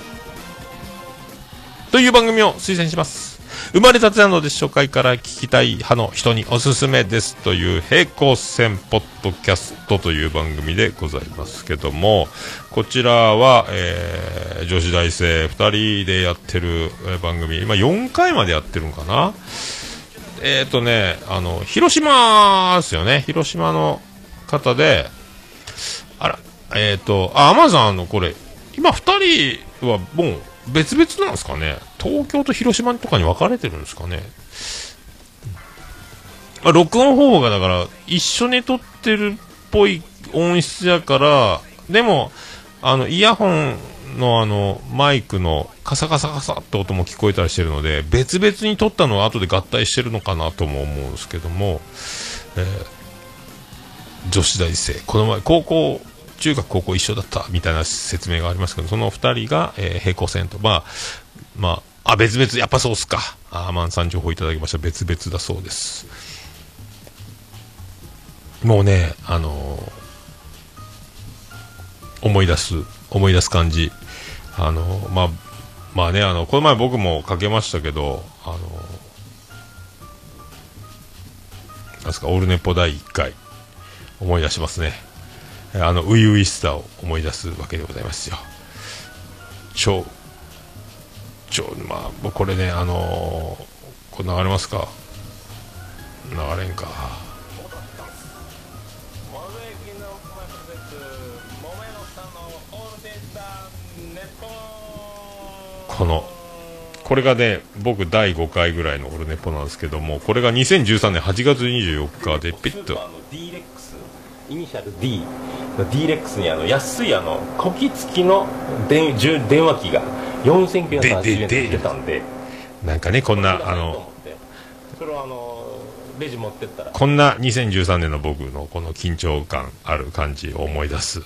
という番組を推薦します。生まれたてなので初回から聞きたい派の人におすすめですという平行線ポッドキャストという番組でございますけども、こちらは、女子大生2人でやってる番組、今4回までやってるのかな。広島ですよね。広島の方で、アマゾンこれ今2人はもう別々なんですかね。東京と広島とかに分かれてるんですかね。録音方法がだから一緒に撮ってるっぽい音質やから、でもイヤホンのマイクのカサカサカサって音も聞こえたりしてるので、別々に撮ったのは後で合体してるのかなとも思うんですけども、女子大生、この前中学高校一緒だったみたいな説明がありますけど、その2人が、平行線と別々、やっぱそうっすか。アマンさん情報いただきました。別々だそうです。もうね、思い出す感じ。この前僕もかけましたけど、なんですか、オルネポ第1回思い出しますね。初々しさを思い出すわけでございますよ。これね、これ流れますか？流れんか。これがね、僕第5回ぐらいのオルネポなんですけども、これが2013年8月24日でピッとイニシャル D の D レックスに安いこき付きの電話機が4980円で出たんで、 なんかね、こんなそれをレジ持ってったら、 こんな2013年の僕のこの緊張感ある感じを思い出す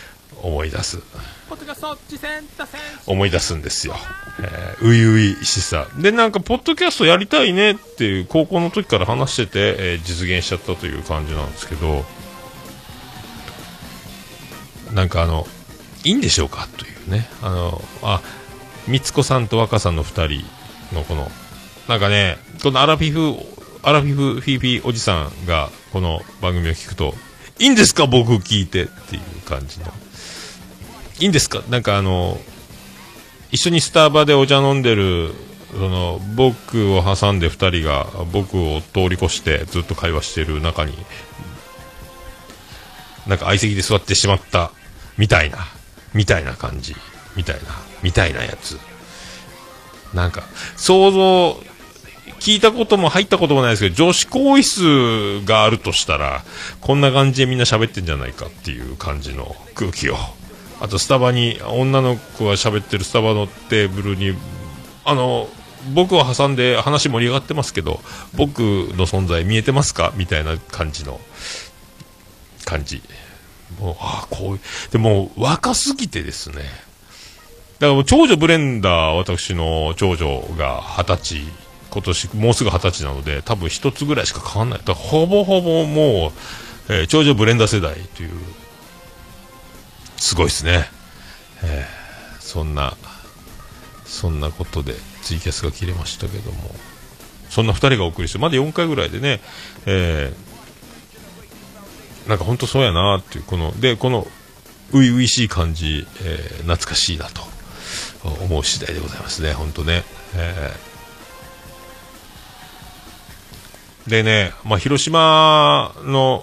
んですよ。初々しさで、なんかポッドキャストやりたいねっていう高校の時から話してて、実現しちゃったという感じなんですけど、なんかいいんでしょうかというね、みつこさんと若さんの2人のこのなんかね、このアラフィフフィーフィーおじさんがこの番組を聞くと、いいんですか僕聞いてっていう感じの、いいんですか、なんか一緒にスタバでお茶飲んでる僕を挟んで2人が僕を通り越してずっと会話してる中に、なんか相席で座ってしまったみたいな感じみたいなやつ、なんか想像聞いたことも入ったこともないですけど、女子更衣室があるとしたらこんな感じでみんな喋ってんじゃないかっていう感じの空気を、あとスタバに女の子が喋ってるスタバのテーブルに僕を挟んで話盛り上がってますけど、僕の存在見えてますかみたいな感じもうこういうでも若すぎてですね、だからもう長女ブレンダー、私の長女が20歳、今年もうすぐ20歳なので多分一つぐらいしか変わんない。だからほぼほぼもう、長女ブレンダー世代という、すごいですね。そんなことでツイキャスが切れましたけども、そんな2人がお送りしてまだ4回ぐらいでね、なんか本当そうやなっていう、この初々しい感じ、懐かしいなと思う次第でございますね、本当ね。でね、広島の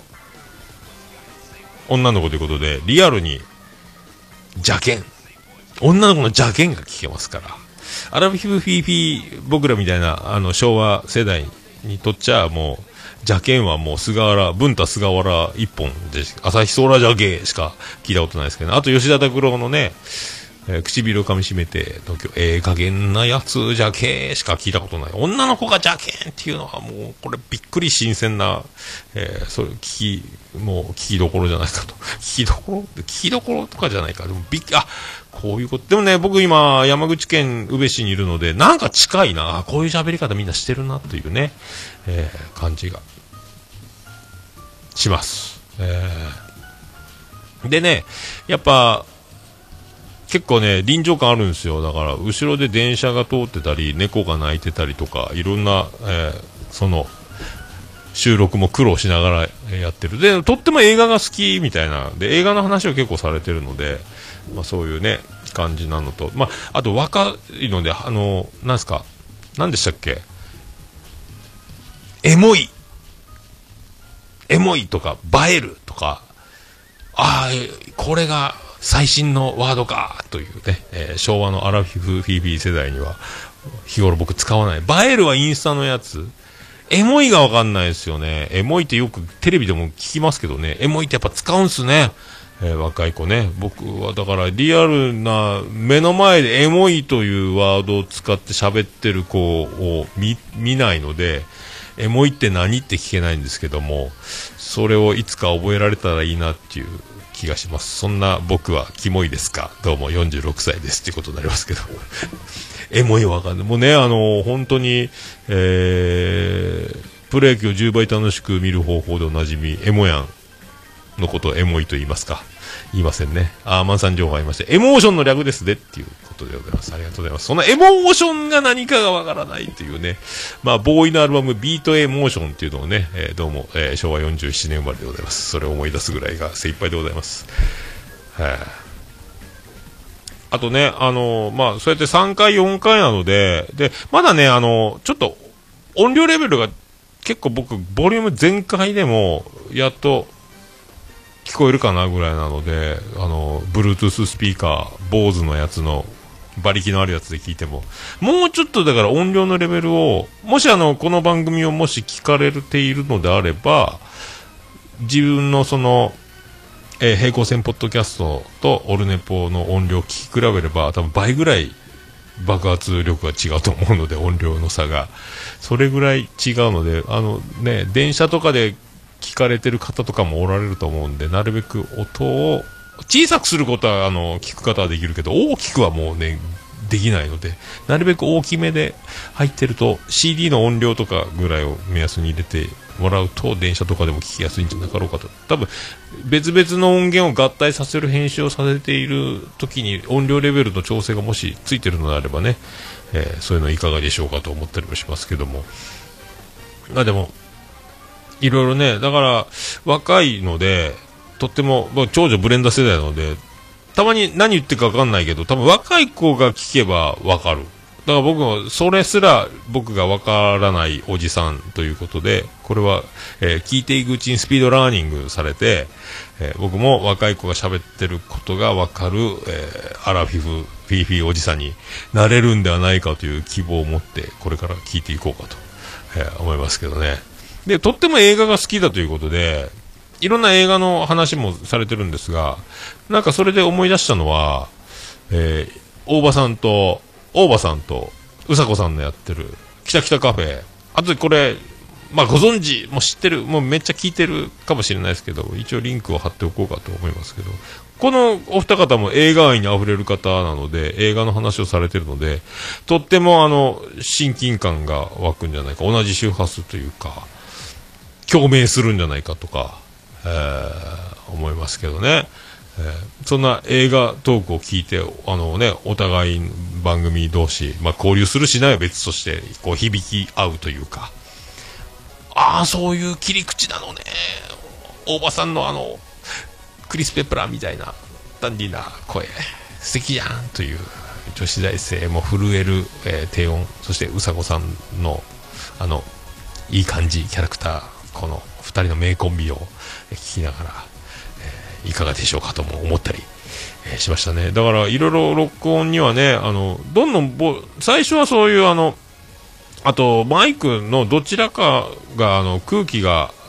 女の子ということで、リアルに邪剣、女の子の邪剣が聞けますから、アラフィフフィーフィー僕らみたいな昭和世代にとっちゃもう邪剣はもう文太菅原一本で、朝日ソーラー邪剣しか聞いたことないですけど、あと吉田拓郎のね、 唇を噛み締めて東京加減なやつじゃけーしか聞いたことない。女の子がじゃけんっていうのはもうこれびっくり新鮮な、それ聞きどころじゃないかと。聞きどころとかじゃないか。でもこういうこと。でもね、僕今山口県宇部市にいるのでなんか近いな。こういう喋り方みんなしてるなというね、感じがします。でね、やっぱ結構ね臨場感あるんですよ。だから後ろで電車が通ってたり猫が鳴いてたりとかいろんな、その収録も苦労しながらやってる。でとっても映画が好きみたいなで映画の話を結構されてるので、そういうね感じなのと、あと若いのでなんすか何でしたっけ、エモいとか映えるとか、これが最新のワードかというね、昭和のアラフィフ世代には日頃僕使わない。映えるはインスタのやつ。エモいがわかんないですよね。エモいってよくテレビでも聞きますけどね、エモいってやっぱ使うんすね、若い子ね。僕はだからリアルな目の前でエモいというワードを使って喋ってる子を見ないので、エモいって何って聞けないんですけども、それをいつか覚えられたらいいなっていう気がします。そんな僕はキモいですか、どうも46歳ですっていうことになりますけどエモいわかんない。もうね本当に、プロ野球を10倍楽しく見る方法でおなじみエモヤンのことをエモいと言いますか、言いませんね。マンさん情報ありまして、エモーションの略ですねっていうことでございます。ありがとうございます。そのエモーションが何かがわからないっていうね、ボーイのアルバムビートエモーションっていうのをね、どうも、昭和47年生まれでございます。それを思い出すぐらいが精一杯でございます。あとね、そうやって3回4回なので、まだね、ちょっと音量レベルが結構僕ボリューム全開でもやっと聞こえるかなぐらいなので、Bluetooth スピーカー、BOSE のやつの馬力のあるやつで聞いても、もうちょっとだから音量のレベルを、もしこの番組をもし聞かれているのであれば、自分のその、平行線ポッドキャストとオルネポの音量を聞き比べれば、多分倍ぐらい爆発力が違うと思うので、音量の差が。それぐらい違うので、電車とかで聞かれてる方とかもおられると思うんで、なるべく音を小さくすることは聞く方はできるけど、大きくはもうねできないので、なるべく大きめで入ってると CD の音量とかぐらいを目安に入れてもらうと、電車とかでも聞きやすいんじゃなかろうかと。多分別々の音源を合体させる編集をさせている時に音量レベルの調整がもしついてるのであればね、そういうのいかがでしょうかと思ったりもしますけども、でもいろいろね、だから若いので、とっても長女ブレンダー世代なので、たまに何言ってるか分かんないけど、多分若い子が聞けば分かる。だから僕もそれすら僕が分からないおじさんということで、これは、聞いていくうちにスピードラーニングされて、僕も若い子が喋ってることが分かる、アラフィフフィーフィーおじさんになれるんではないかという希望を持ってこれから聞いていこうかと、思いますけどね。でとっても映画が好きだということで、いろんな映画の話もされてるんですが、なんかそれで思い出したのは、大場さんとうさこさんのやってるキタキタカフェ、あとこれご存知もう知ってる、もうめっちゃ聞いてるかもしれないですけど、一応リンクを貼っておこうかと思いますけど、このお二方も映画愛にあふれる方なので、映画の話をされてるので、とっても親近感が湧くんじゃないか、同じ周波数というか共鳴するんじゃないかとか、思いますけどね。そんな映画トークを聞いて、お互い番組同士、交流するしないは別としてこう響き合うというか、そういう切り口なのね、大場さんのクリス・ペプラーみたいなダンディーな声素敵じゃんという女子大生も震える、低音、そしてうさこさんのいい感じキャラクター、この2人の名コンビを聞きながら、いかがでしょうかとも思ったり、しましたね。だからいろいろ録音にはね、どんどん最初はそういうあとマイクのどちらかが空気が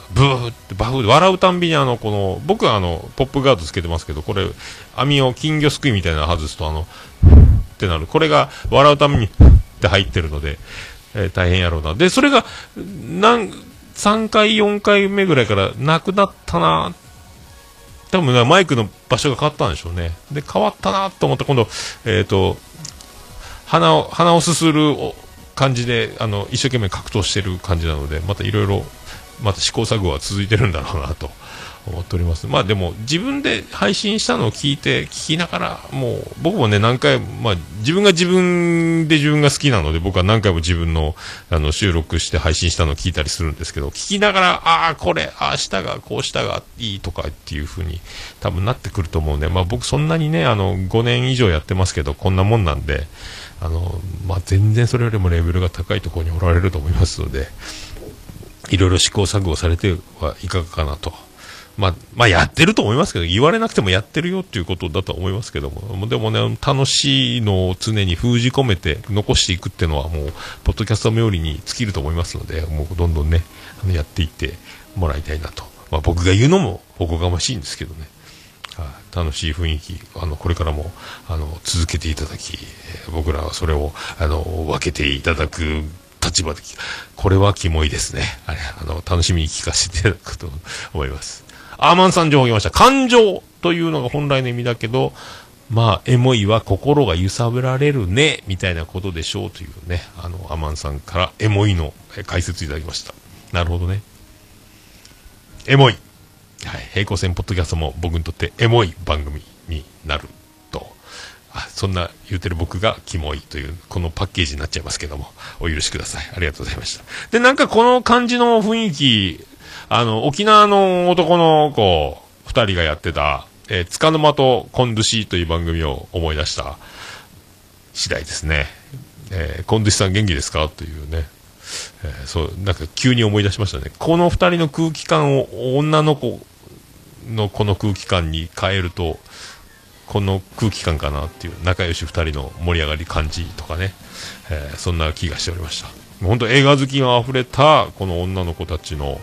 ブーってバフで笑うたんびにこの、僕はポップガードつけてますけど、これ、網を金魚すくいみたいなの外すとってなる。これが笑うためにって入ってるので、大変やろうな。で、それが、3回、4回目ぐらいからなくなったな。多分マイクの場所が変わったんでしょうね。で、変わったなと思った今度、鼻をすする感じで、一生懸命格闘してる感じなので、またいろいろ、また試行錯誤は続いてるんだろうなと思っております。まあでも、自分で配信したのを聞きながら、もう、僕もね、何回、まあ、自分が自分が好きなので、僕は何回も自分の、収録して配信したのを聞いたりするんですけど、聞きながら、これ、下が、こうしたがいいとかっていう風に、多分なってくると思うんで、まあ僕そんなにね、5年以上やってますけど、こんなもんなんで、まあ全然それよりもレベルが高いところにおられると思いますので、いろいろ試行錯誤されてはいかがかなと。まあやってると思いますけど、言われなくてもやってるよっていうことだと思いますけども、でもね、楽しいのを常に封じ込めて残していくっていうのはもう、ポッドキャスト冥利に尽きると思いますので、もうどんどんね、やっていってもらいたいなと。まあ僕が言うのもおこがましいんですけどね。楽しい雰囲気、これからも、続けていただき、僕らはそれを、分けていただく立場で、これはキモいですね。楽しみに聞かせていただくと思います。アーマンさん情報来ました。感情というのが本来の意味だけど、まあ、エモいは心が揺さぶられるね、みたいなことでしょうというね、アーマンさんからエモいの解説いただきました。なるほどね。エモい。はい、平行線ポッドキャストも僕にとってエモい番組になると、そんな言うてる僕がキモいというこのパッケージになっちゃいますけども、お許しください。ありがとうございました。で、なんかこの感じの雰囲気、沖縄の男の子2人がやってた、つかの間とコンドゥシーという番組を思い出した次第ですね。コンドゥシさん元気ですかというね。そうなんか急に思い出しましたね。この2人の空気感を女の子のこの空気感に変えるとこの空気感かなっていう、仲良し2人の盛り上がり感じとかね、そんな気がしておりました。本当映画好きが溢れたこの女の子たちの、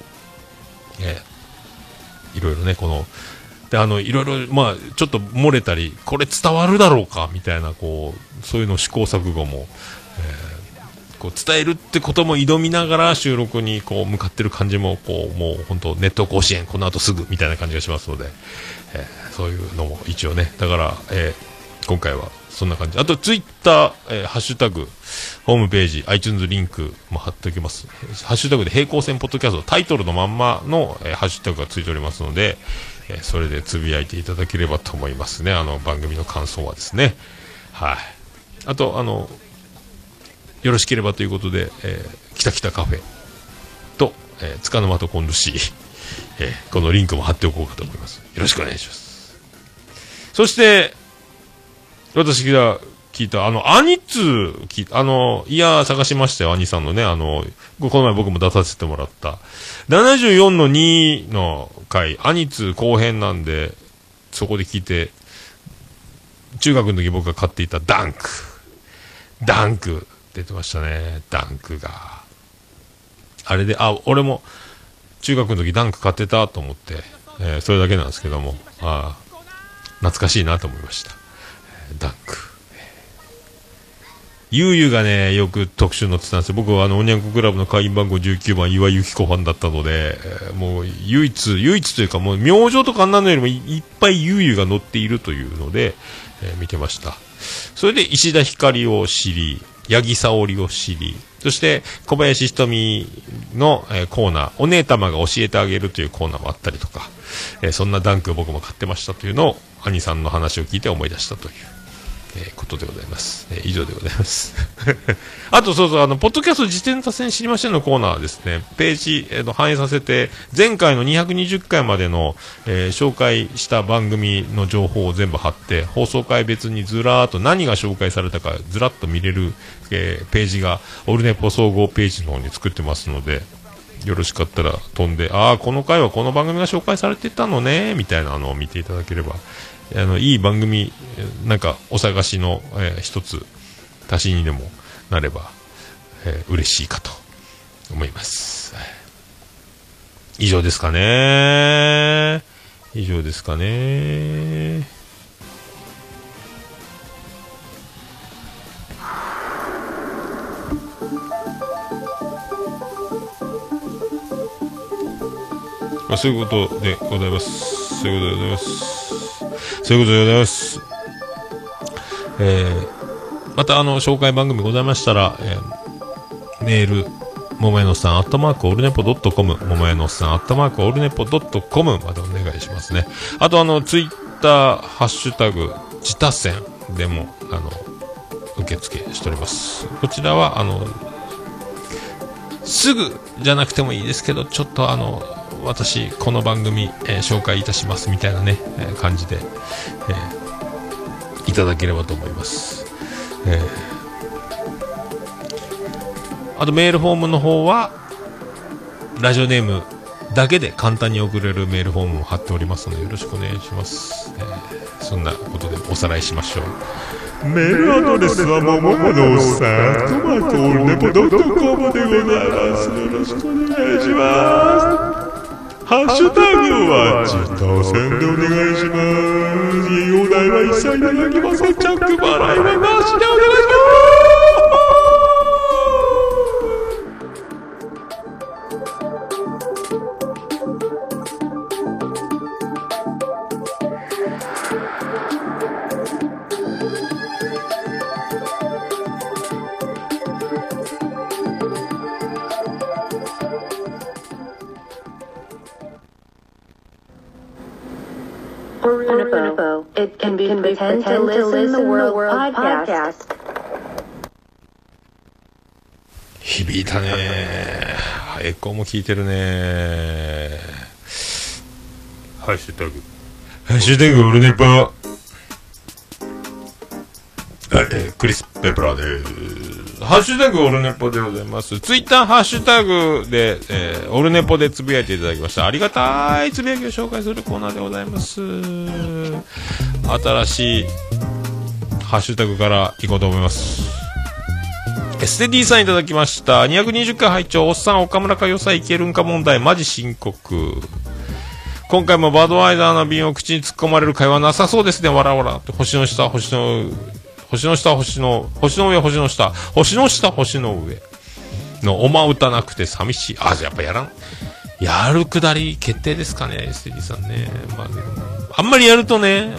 いろいろね、このでいろいろまあちょっと漏れたり、これ伝わるだろうかみたいな、こうそういうの試行錯誤も、こう伝えるってことも挑みながら収録にこう向かってる感じも、こうもう本当ネット甲子園この後すぐみたいな感じがしますので、そういうのも一応ね、だから、今回はそんな感じ。あとツイッター、ハッシュタグ、ホームページ iTunes リンクも貼っておきます。ハッシュタグで平行線ポッドキャスト、タイトルのまんまの、ハッシュタグがついておりますので、それでつぶやいていただければと思いますね。番組の感想はですね。はい。あとよろしければということで、きたきたカフェと、つかの間とコンドゥシー、このリンクも貼っておこうかと思います。よろしくお願いします。そして私が聞いたアニツいや探しましたよ、アニさんのね、この前僕も出させてもらった74の2の回、アニツ後編なんで、そこで聞いて、中学の時僕が買っていたダンク出てましたね。ダンクがあれで、俺も中学の時ダンク買ってたと思って、それだけなんですけども、懐かしいなと思いました。ダンク、ゆうゆうがねよく特集載ってたんですよ。僕はおにゃんこクラブの会員番号19番岩井由紀子ファンだったので、もう唯一というか、もう明星とかあんなのよりもいっぱいゆうゆうが載っているというので、見てました。それで石田ひかりを知り、八木沙織を知り、そして小林ひとみの、コーナー、お姉たまが教えてあげるというコーナーもあったりとか、そんなダンクを僕も買ってましたというのを兄さんの話を聞いて思い出したという、ことでございます。以上でございます。あとそうそう、ポッドキャスト自転車線知りませんのコーナーですね、ページ、反映させて、前回の220回までの、紹介した番組の情報を全部貼って、放送回別にずらーっと何が紹介されたかずらっと見れる、ページがオルネポ総合ページの方に作ってますので、よろしかったら飛んで、この回はこの番組が紹介されてたのねみたいなのを見ていただければ、いい番組なんかお探しの、一つ足しにでもなれば、嬉しいかと思います。 以上ですかね。以上ですかね。そういうことでございます。そういうことでございます。そういうことでございます。また紹介番組ございましたら、メール、ももやのさん、@オルネポ.com、ももやのさん、@オルネポ.com までお願いしますね。あとツイッター、ハッシュタグ、自他戦でも、受付しております。こちらは、すぐじゃなくてもいいですけど、ちょっと私、この番組、紹介いたしますみたいなね、感じで、いただければと思います。あとメールフォームの方はラジオネームだけで簡単に送れるメールフォームを貼っておりますのでよろしくお願いします。そんなことでおさらいしましょう。メールアドレスはもものさんトマトオルネポ.comでございます。よろしくお願いします。ハッシュタグは自他戦でお願いします。お題は一切いただきません。チャック払いはなしでお願いします。 It can be pretend to listen the world podcast. 響いたね。エコーも効いてるね。ハッシュタグ。ハッシュタグオルネポ。クリス・ペプラーです。ハッシュタグオルネポでございます。ツイッターハッシュタグで、オルネポでつぶやいていただきました。ありがたいつぶやきを紹介するコーナーでございます。新しいハッシュタグからいこうと思います。ステディさんいただきました。220回拝聴。おっさん岡村かよさいけるんか問題マジ深刻。今回もバドワイザーの瓶を口に突っ込まれる会話なさそうですね。わらわらって星の下星の下星の上星の下星の下星の上のおま歌なくて寂しい。あ、じゃあやっぱやるくだり決定ですかね、ステディさんね。あんまりやるとね、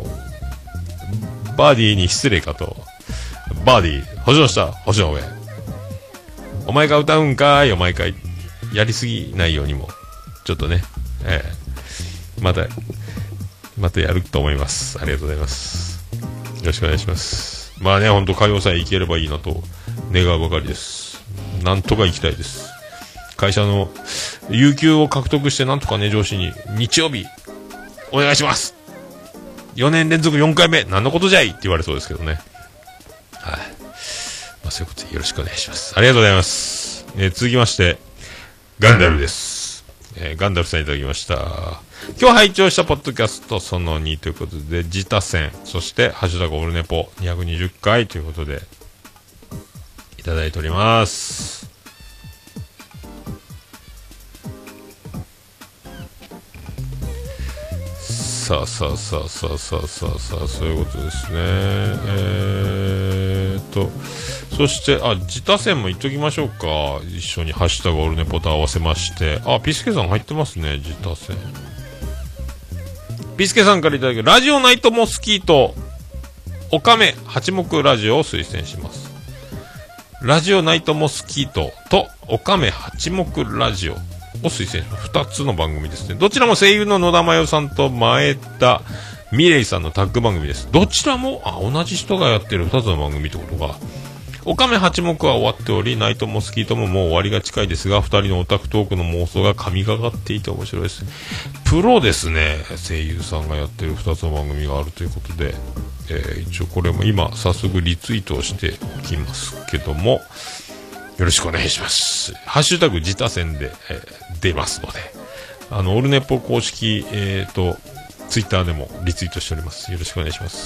バーディーに失礼かと。バーディー、星の下、星の上。お前が歌うんかい、お前かい。やりすぎないようにも。ちょっとね、またやると思います。ありがとうございます。よろしくお願いします。まあね、ほんと歌謡祭行ければいいなと願うばかりです。なんとか行きたいです。会社の有給を獲得してなんとかね、上司に日曜日お願いします。4年連続4回目何のことじゃいって言われそうですけどね。はい。まあそういうことでよろしくお願いします。ありがとうございます。続きましてガンダルです。ガンダルさんいただきました。今日拝聴したポッドキャストその2ということで自他戦、そしてハッシュタグオルネポ220回ということでいただいております。さあそういうことですね。そして自他戦も言っときましょうか。一緒にハッシュタグオルネポと合わせまして、ピスケさん入ってますね。自他戦、ピスケさんからいただき、ラジオナイトモスキートオカメ八目ラジオを推薦します。ラジオナイトモスキートとオカメ八目ラジオを推薦します。2つの番組ですね。どちらも声優の野田真代さんと前田美玲さんのタッグ番組です。どちらも同じ人がやってる2つの番組ってことか。オカメ八目は終わっており、ナイトモスキートももう終わりが近いですが、2人のオタクトークの妄想が神がかっていて面白いです。プロですね。声優さんがやってる2つの番組があるということで、一応これも今早速リツイートをしておきますけども、よろしくお願いします。ハッシュタグ自他戦で、出ますので、オルネポ公式ツイッターでもリツイートしております。よろしくお願いします。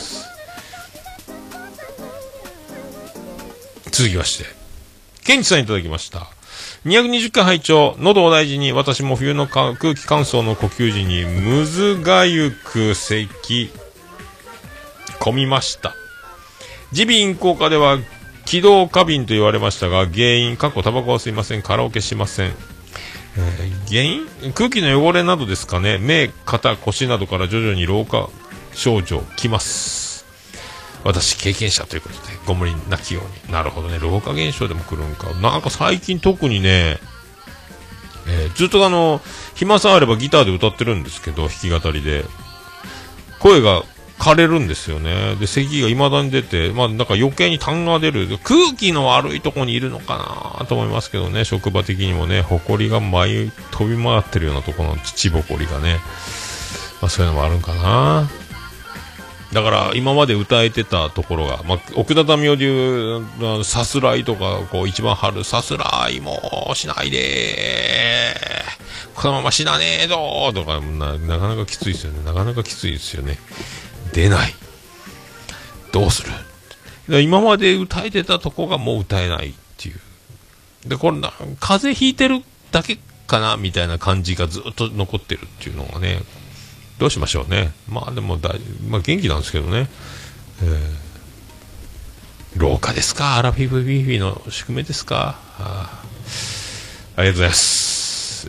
続きましてケンチさんいただきました。 220回拝聴。喉を大事に、私も冬の空気乾燥の呼吸時にむずがゆく咳込みました。耳鼻咽喉科では気道過敏と言われましたが、原因タバコは吸いません、カラオケしません。原因空気の汚れなどですかね。目、肩、腰などから徐々に老化症状きます。私経験者ということでご無理なきように。なるほどね、老化現象でも来るんか。なんか最近特にね、ずっと暇さえあればギターで歌ってるんですけど、弾き語りで声が枯れるんですよね。で咳が未だに出て、なんか余計に痰が出る。空気の悪いとこにいるのかなと思いますけどね。職場的にもね、埃が飛び回ってるようなところの土ぼこりがね、そういうのもあるんかな。だから今まで歌えてたところが、奥田民生でいうさすらいとか、こう一番春さすらいもしないでこのまま死なねえぞとか、なかなかきついですよね。なかなかきついですよね。出ない、どうする。今まで歌えてたとこがもう歌えないっていう。でこれ風邪ひいてるだけかなみたいな感じがずっと残ってるっていうのがね、どうしましょうね。でも元気なんですけどね。老化ですか。アラフィフビーフィーの宿命ですか。ありがとうございます。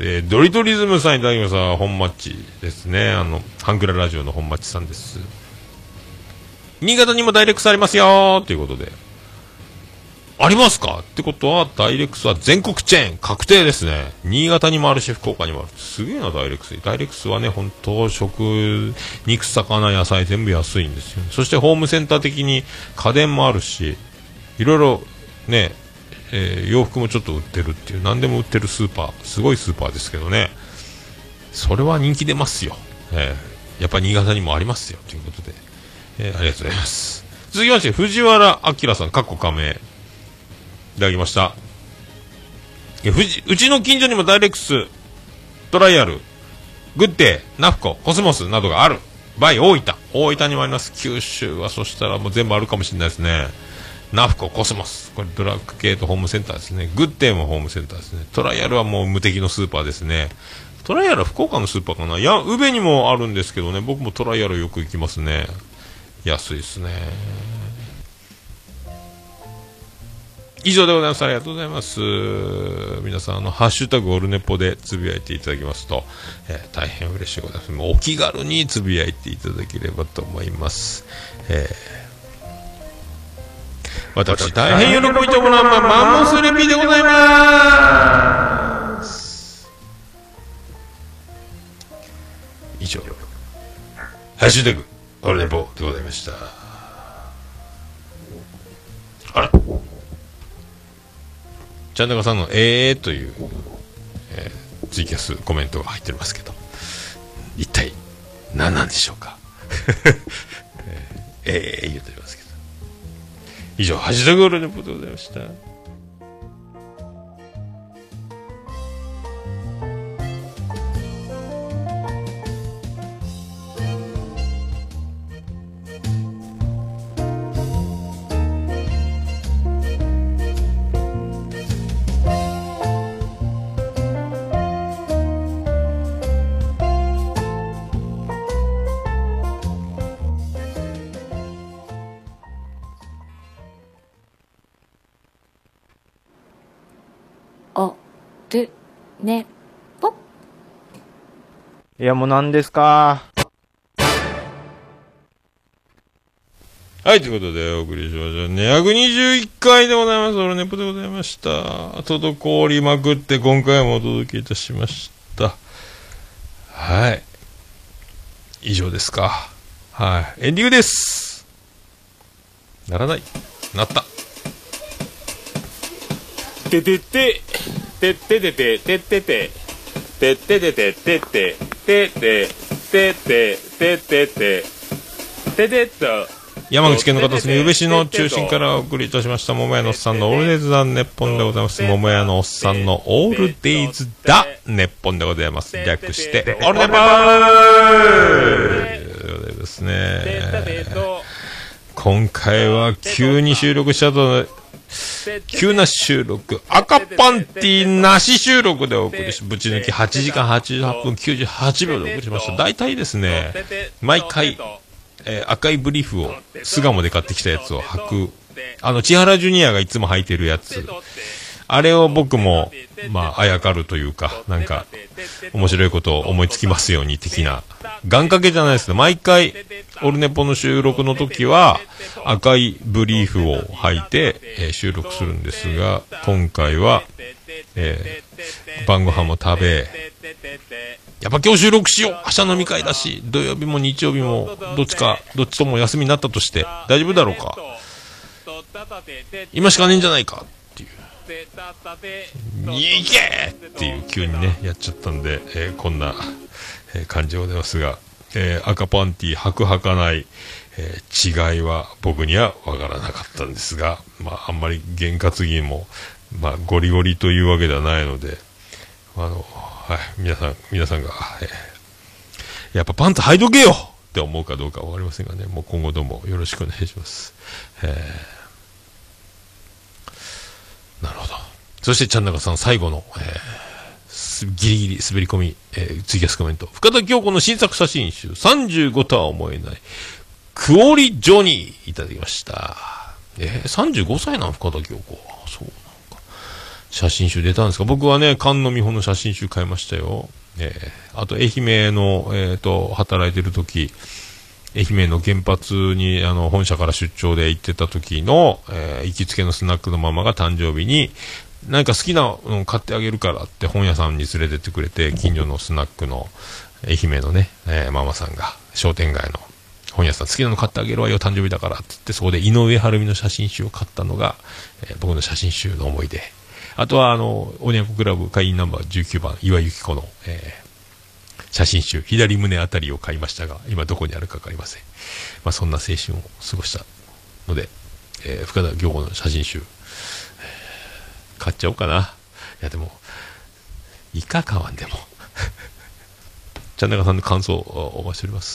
ドリトリズムさんいただきました。本マッチですね。ハンクララジオの本マッチさんです。新潟にもダイレックスありますよということで。ありますかってことは、ダイレックスは全国チェーン確定ですね。新潟にもあるし、福岡にもある。すげえな、ダイレックス。ダイレックスはね、本当肉、魚、野菜全部安いんですよ。そしてホームセンター的に家電もあるし、いろいろね、洋服もちょっと売ってるっていう、何でも売ってるスーパー、すごいスーパーですけどね。それは人気出ますよ。やっぱり新潟にもありますよ。ということで、ありがとうございます。続きまして、藤原明さん、加盟。いただきました。うちの近所にもダイレックス、トライアル、グッデー、ナフコ、コスモスなどがある。バイ大分にもあります。九州はそしたらもう全部あるかもしれないですね。ナフコ、コスモス、これドラッグ系とホームセンターですね。グッデーもホームセンターですね。トライアルはもう無敵のスーパーですね。トライアルは福岡のスーパーかな。いや、宇部にもあるんですけどね、僕もトライアルよく行きますね。安いですね。以上でございます。ありがとうございます。皆さんハッシュタグオルネポでつぶやいていただきますと、大変嬉しいございます。お気軽につぶやいていただければと思います。私大変喜びともらうマンモスレピーでございます。以上ハッシュタグオルネポでございました。あら、ちゃんなかさんのという、ツイキャスコメントが入ってますけど、一体何なんでしょうか。言っておりますけど。以上、ハッシュタグオルネポでございました。 ねぽっ。 いや、もう何ですか。 はい、ということでお送りしました。221回でございます。オルネポでございました。滞りまくって今回もお届けいたしました。はい。以上ですか。はい。エンディングです。ならない。なった。 ててて。てっててててってててっててててってててててててててと山口県の片隅宇部市の中心からお送りいたしました桃屋のおっさんのオールデイズ・ザ・ネッポンでございます。桃屋のおっさんのオールデイズ・ザ・ネッポンでございます。略してオールネポーですね。今回は急に収録したと急な収録、赤パンティなし収録でお送りし、ぶち抜き8時間88分98秒でお送りしました。大体ですね、毎回、赤いブリーフを巣鴨で買ってきたやつを履く、千原ジュニアがいつも履いてるやつ、あれを僕も、あやかるというか、なんか、面白いことを思いつきますように的な、願掛けじゃないですけど、毎回、オルネポの収録の時は、赤いブリーフを履いて、収録するんですが、今回は、晩ご飯も食べ、やっぱ今日収録しよう、明日飲み会だし、土曜日も日曜日も、どっちとも休みになったとして、大丈夫だろうか。今しかねえんじゃないか。いけっていう急にねやっちゃったんで、こんな、感じでございますが、赤パンティ履く履かない、違いは僕にはわからなかったんですが、あんまり験担ぎも、ゴリゴリというわけではないので、皆さんが、やっぱパンツ履いとけよって思うかどうかわかりませんがね、もう今後どうもよろしくお願いします。なるほど。そしてちゃんなかさん最後の、ギリギリ滑り込み、ツイキャスコメント。深田恭子の新作写真集35とは思えないクオリジョニーいただきました。35歳なの深田恭子。そうなんか。写真集出たんですか。僕はね、菅野美穂の写真集買いましたよ。あと愛媛の働いてる時、愛媛の原発に本社から出張で行ってた時の、行きつけのスナックのママが誕生日になんか好きなの買ってあげるからって本屋さんに連れてってくれて、近所のスナックの愛媛のね、ママさんが商店街の本屋さん好きなの買ってあげるわよ誕生日だからって言って、そこで井上晴美の写真集を買ったのが、僕の写真集の思い出。あとはオニャンコクラブ会員ナンバー19番岩井由紀子の、写真集左胸あたりを買いましたが、今どこにあるか分かりません。そんな青春を過ごしたので、深田恭子の写真集、買っちゃおうかな。いやでもいか買わんでもちゃんなかさんの感想をお待ちしております。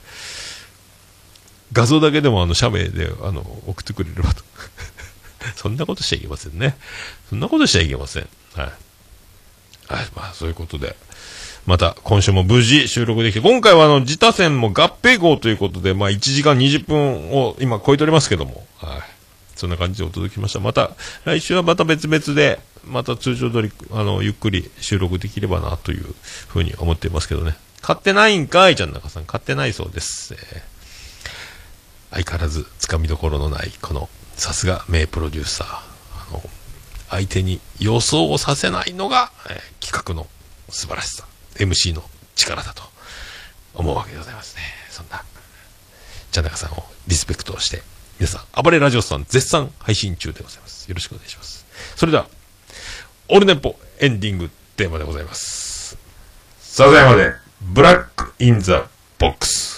画像だけでも写メで送ってくれればとそんなことしちゃいけませんね。そんなことしちゃいけません。はい、そういうことでまた今週も無事収録できて、今回は自他戦も合併号ということで、1時間20分を今超えておりますけども、はい、そんな感じでお届けしました。また来週はまた別々でまた通常通りゆっくり収録できればなというふうに思っていますけどね。買ってないんかいちゃんなかさん、買ってないそうです。相変わらずつかみどころのないこのさすが名プロデューサー、相手に予想をさせないのが、企画の素晴らしさ、MC の力だと思うわけでございますね。そんなちゃんなかさんをリスペクトをして、皆さん暴れラジオさん絶賛配信中でございます。よろしくお願いします。それではオルネポエンディングテーマでございます。サザエまでブラックインザボックス。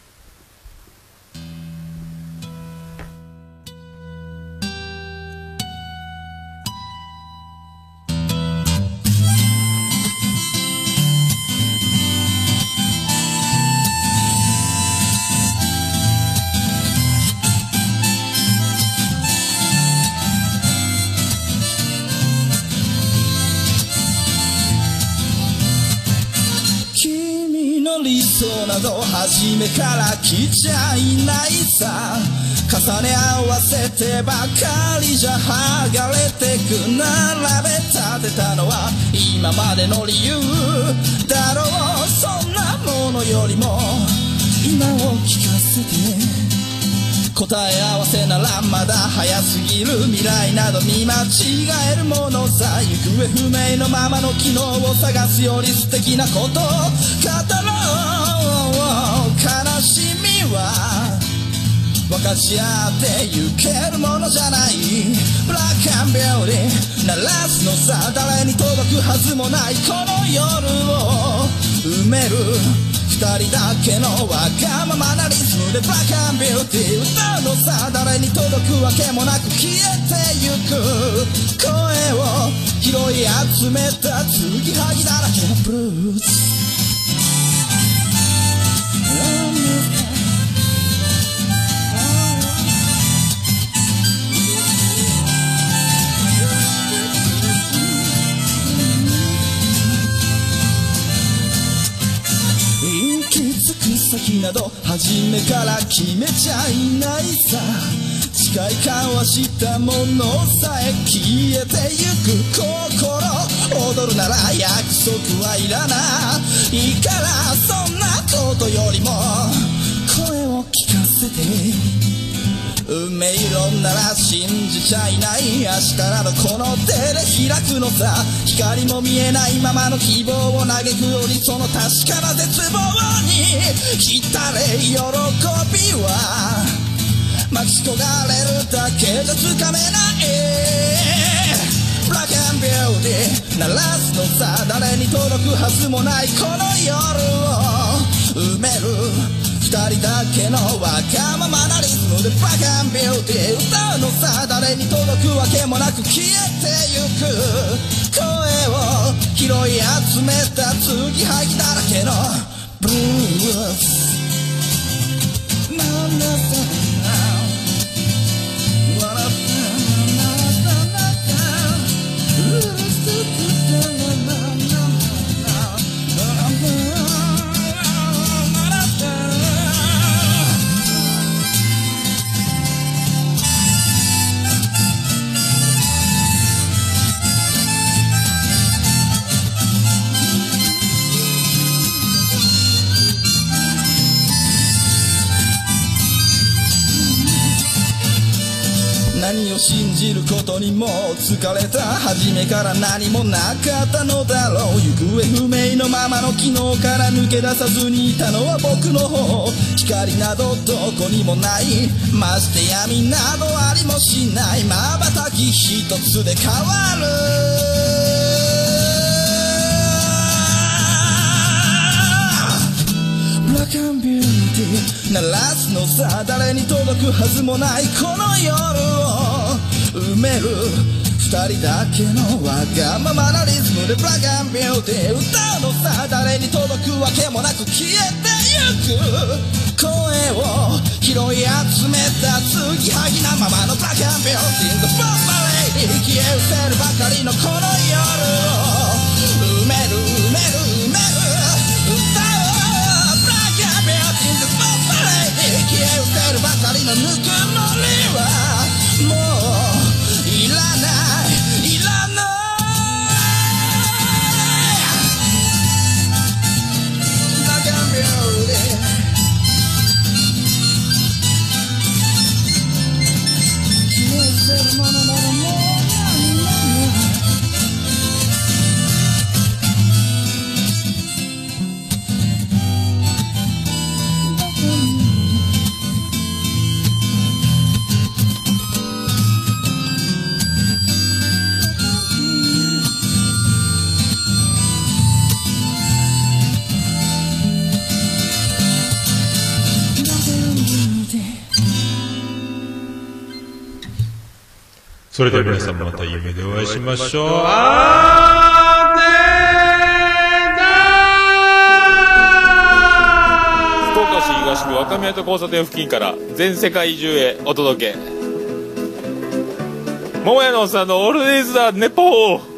など初めから来ちゃいないさ、重ね合わせてばかりじゃ剥がれてく、並べ立てたのは今までの理由だろう。そんなものよりも今を聞かせて、答え合わせならまだ早すぎる、未来など見間違えるものさ、行方不明のままの昨日を探すより素敵なことを語ろう。悲しみは分かち合ってゆけるものじゃない、ブラックアンビューティー鳴らすのさ、誰に届くはずもないこの夜を埋める二人だけのわがままなリズムでブラックアンビューティー歌うのさ、誰に届くわけもなく消えてゆく声を拾い集めた継ぎはぎだらけのブルース。 きなど初めから決めちゃいないさ誓い交わしたものさえ消えてゆく心踊るなら約束はいらないからそんなことよりも声を聞かせて運命論なら信じちゃいない明日などこの手で開くのさ光も見えないままの希望を嘆くよりその確かな絶望に浸れ喜びは巻き焦がれるだけじゃつかめないブラック&ビューティー鳴らすのさ誰に届くはずもないこの夜を埋める二人だけのわがままなリズムでブラック&ビューティー歌うのさ誰に届くわけもなく消えてゆく声を拾い集めた継ぎはぎだらけのブルースなんださ何を信じることにも疲れた初めから何もなかったのだろう行方不明のままの昨日から抜け出さずにいたのは僕の方光などどこにもないまして闇などありもしない瞬き一つで変わるブラック&ビューティー鳴らすのさ誰に届くはずもないこの夜を埋める二人だけのわがままなリズムでブラック&ビューティー歌うのさ誰に届くわけもなく消えてゆく声を拾い集めた継ぎはぎなままのブラック&ビューティー The Bomb Lady 消え失せるばかりのこの夜を埋める埋める埋める消え失せるばかりのぬくもりはもういらないいらないだからビューティー消え失せるものならもうそれでは皆さんまた夢でお会いしましょう。 福岡市東区若宮と交差点付近から全世界中へお届け桃屋のおっさんのオールデイズだネポー。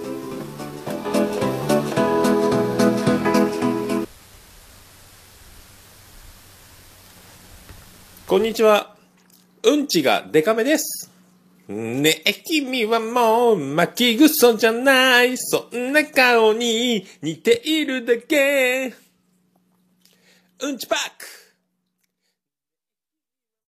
こんにちは。うんちがデカめです。ねえ君はもう巻きぐそじゃない、そんな顔に似ているだけ。うんちパック。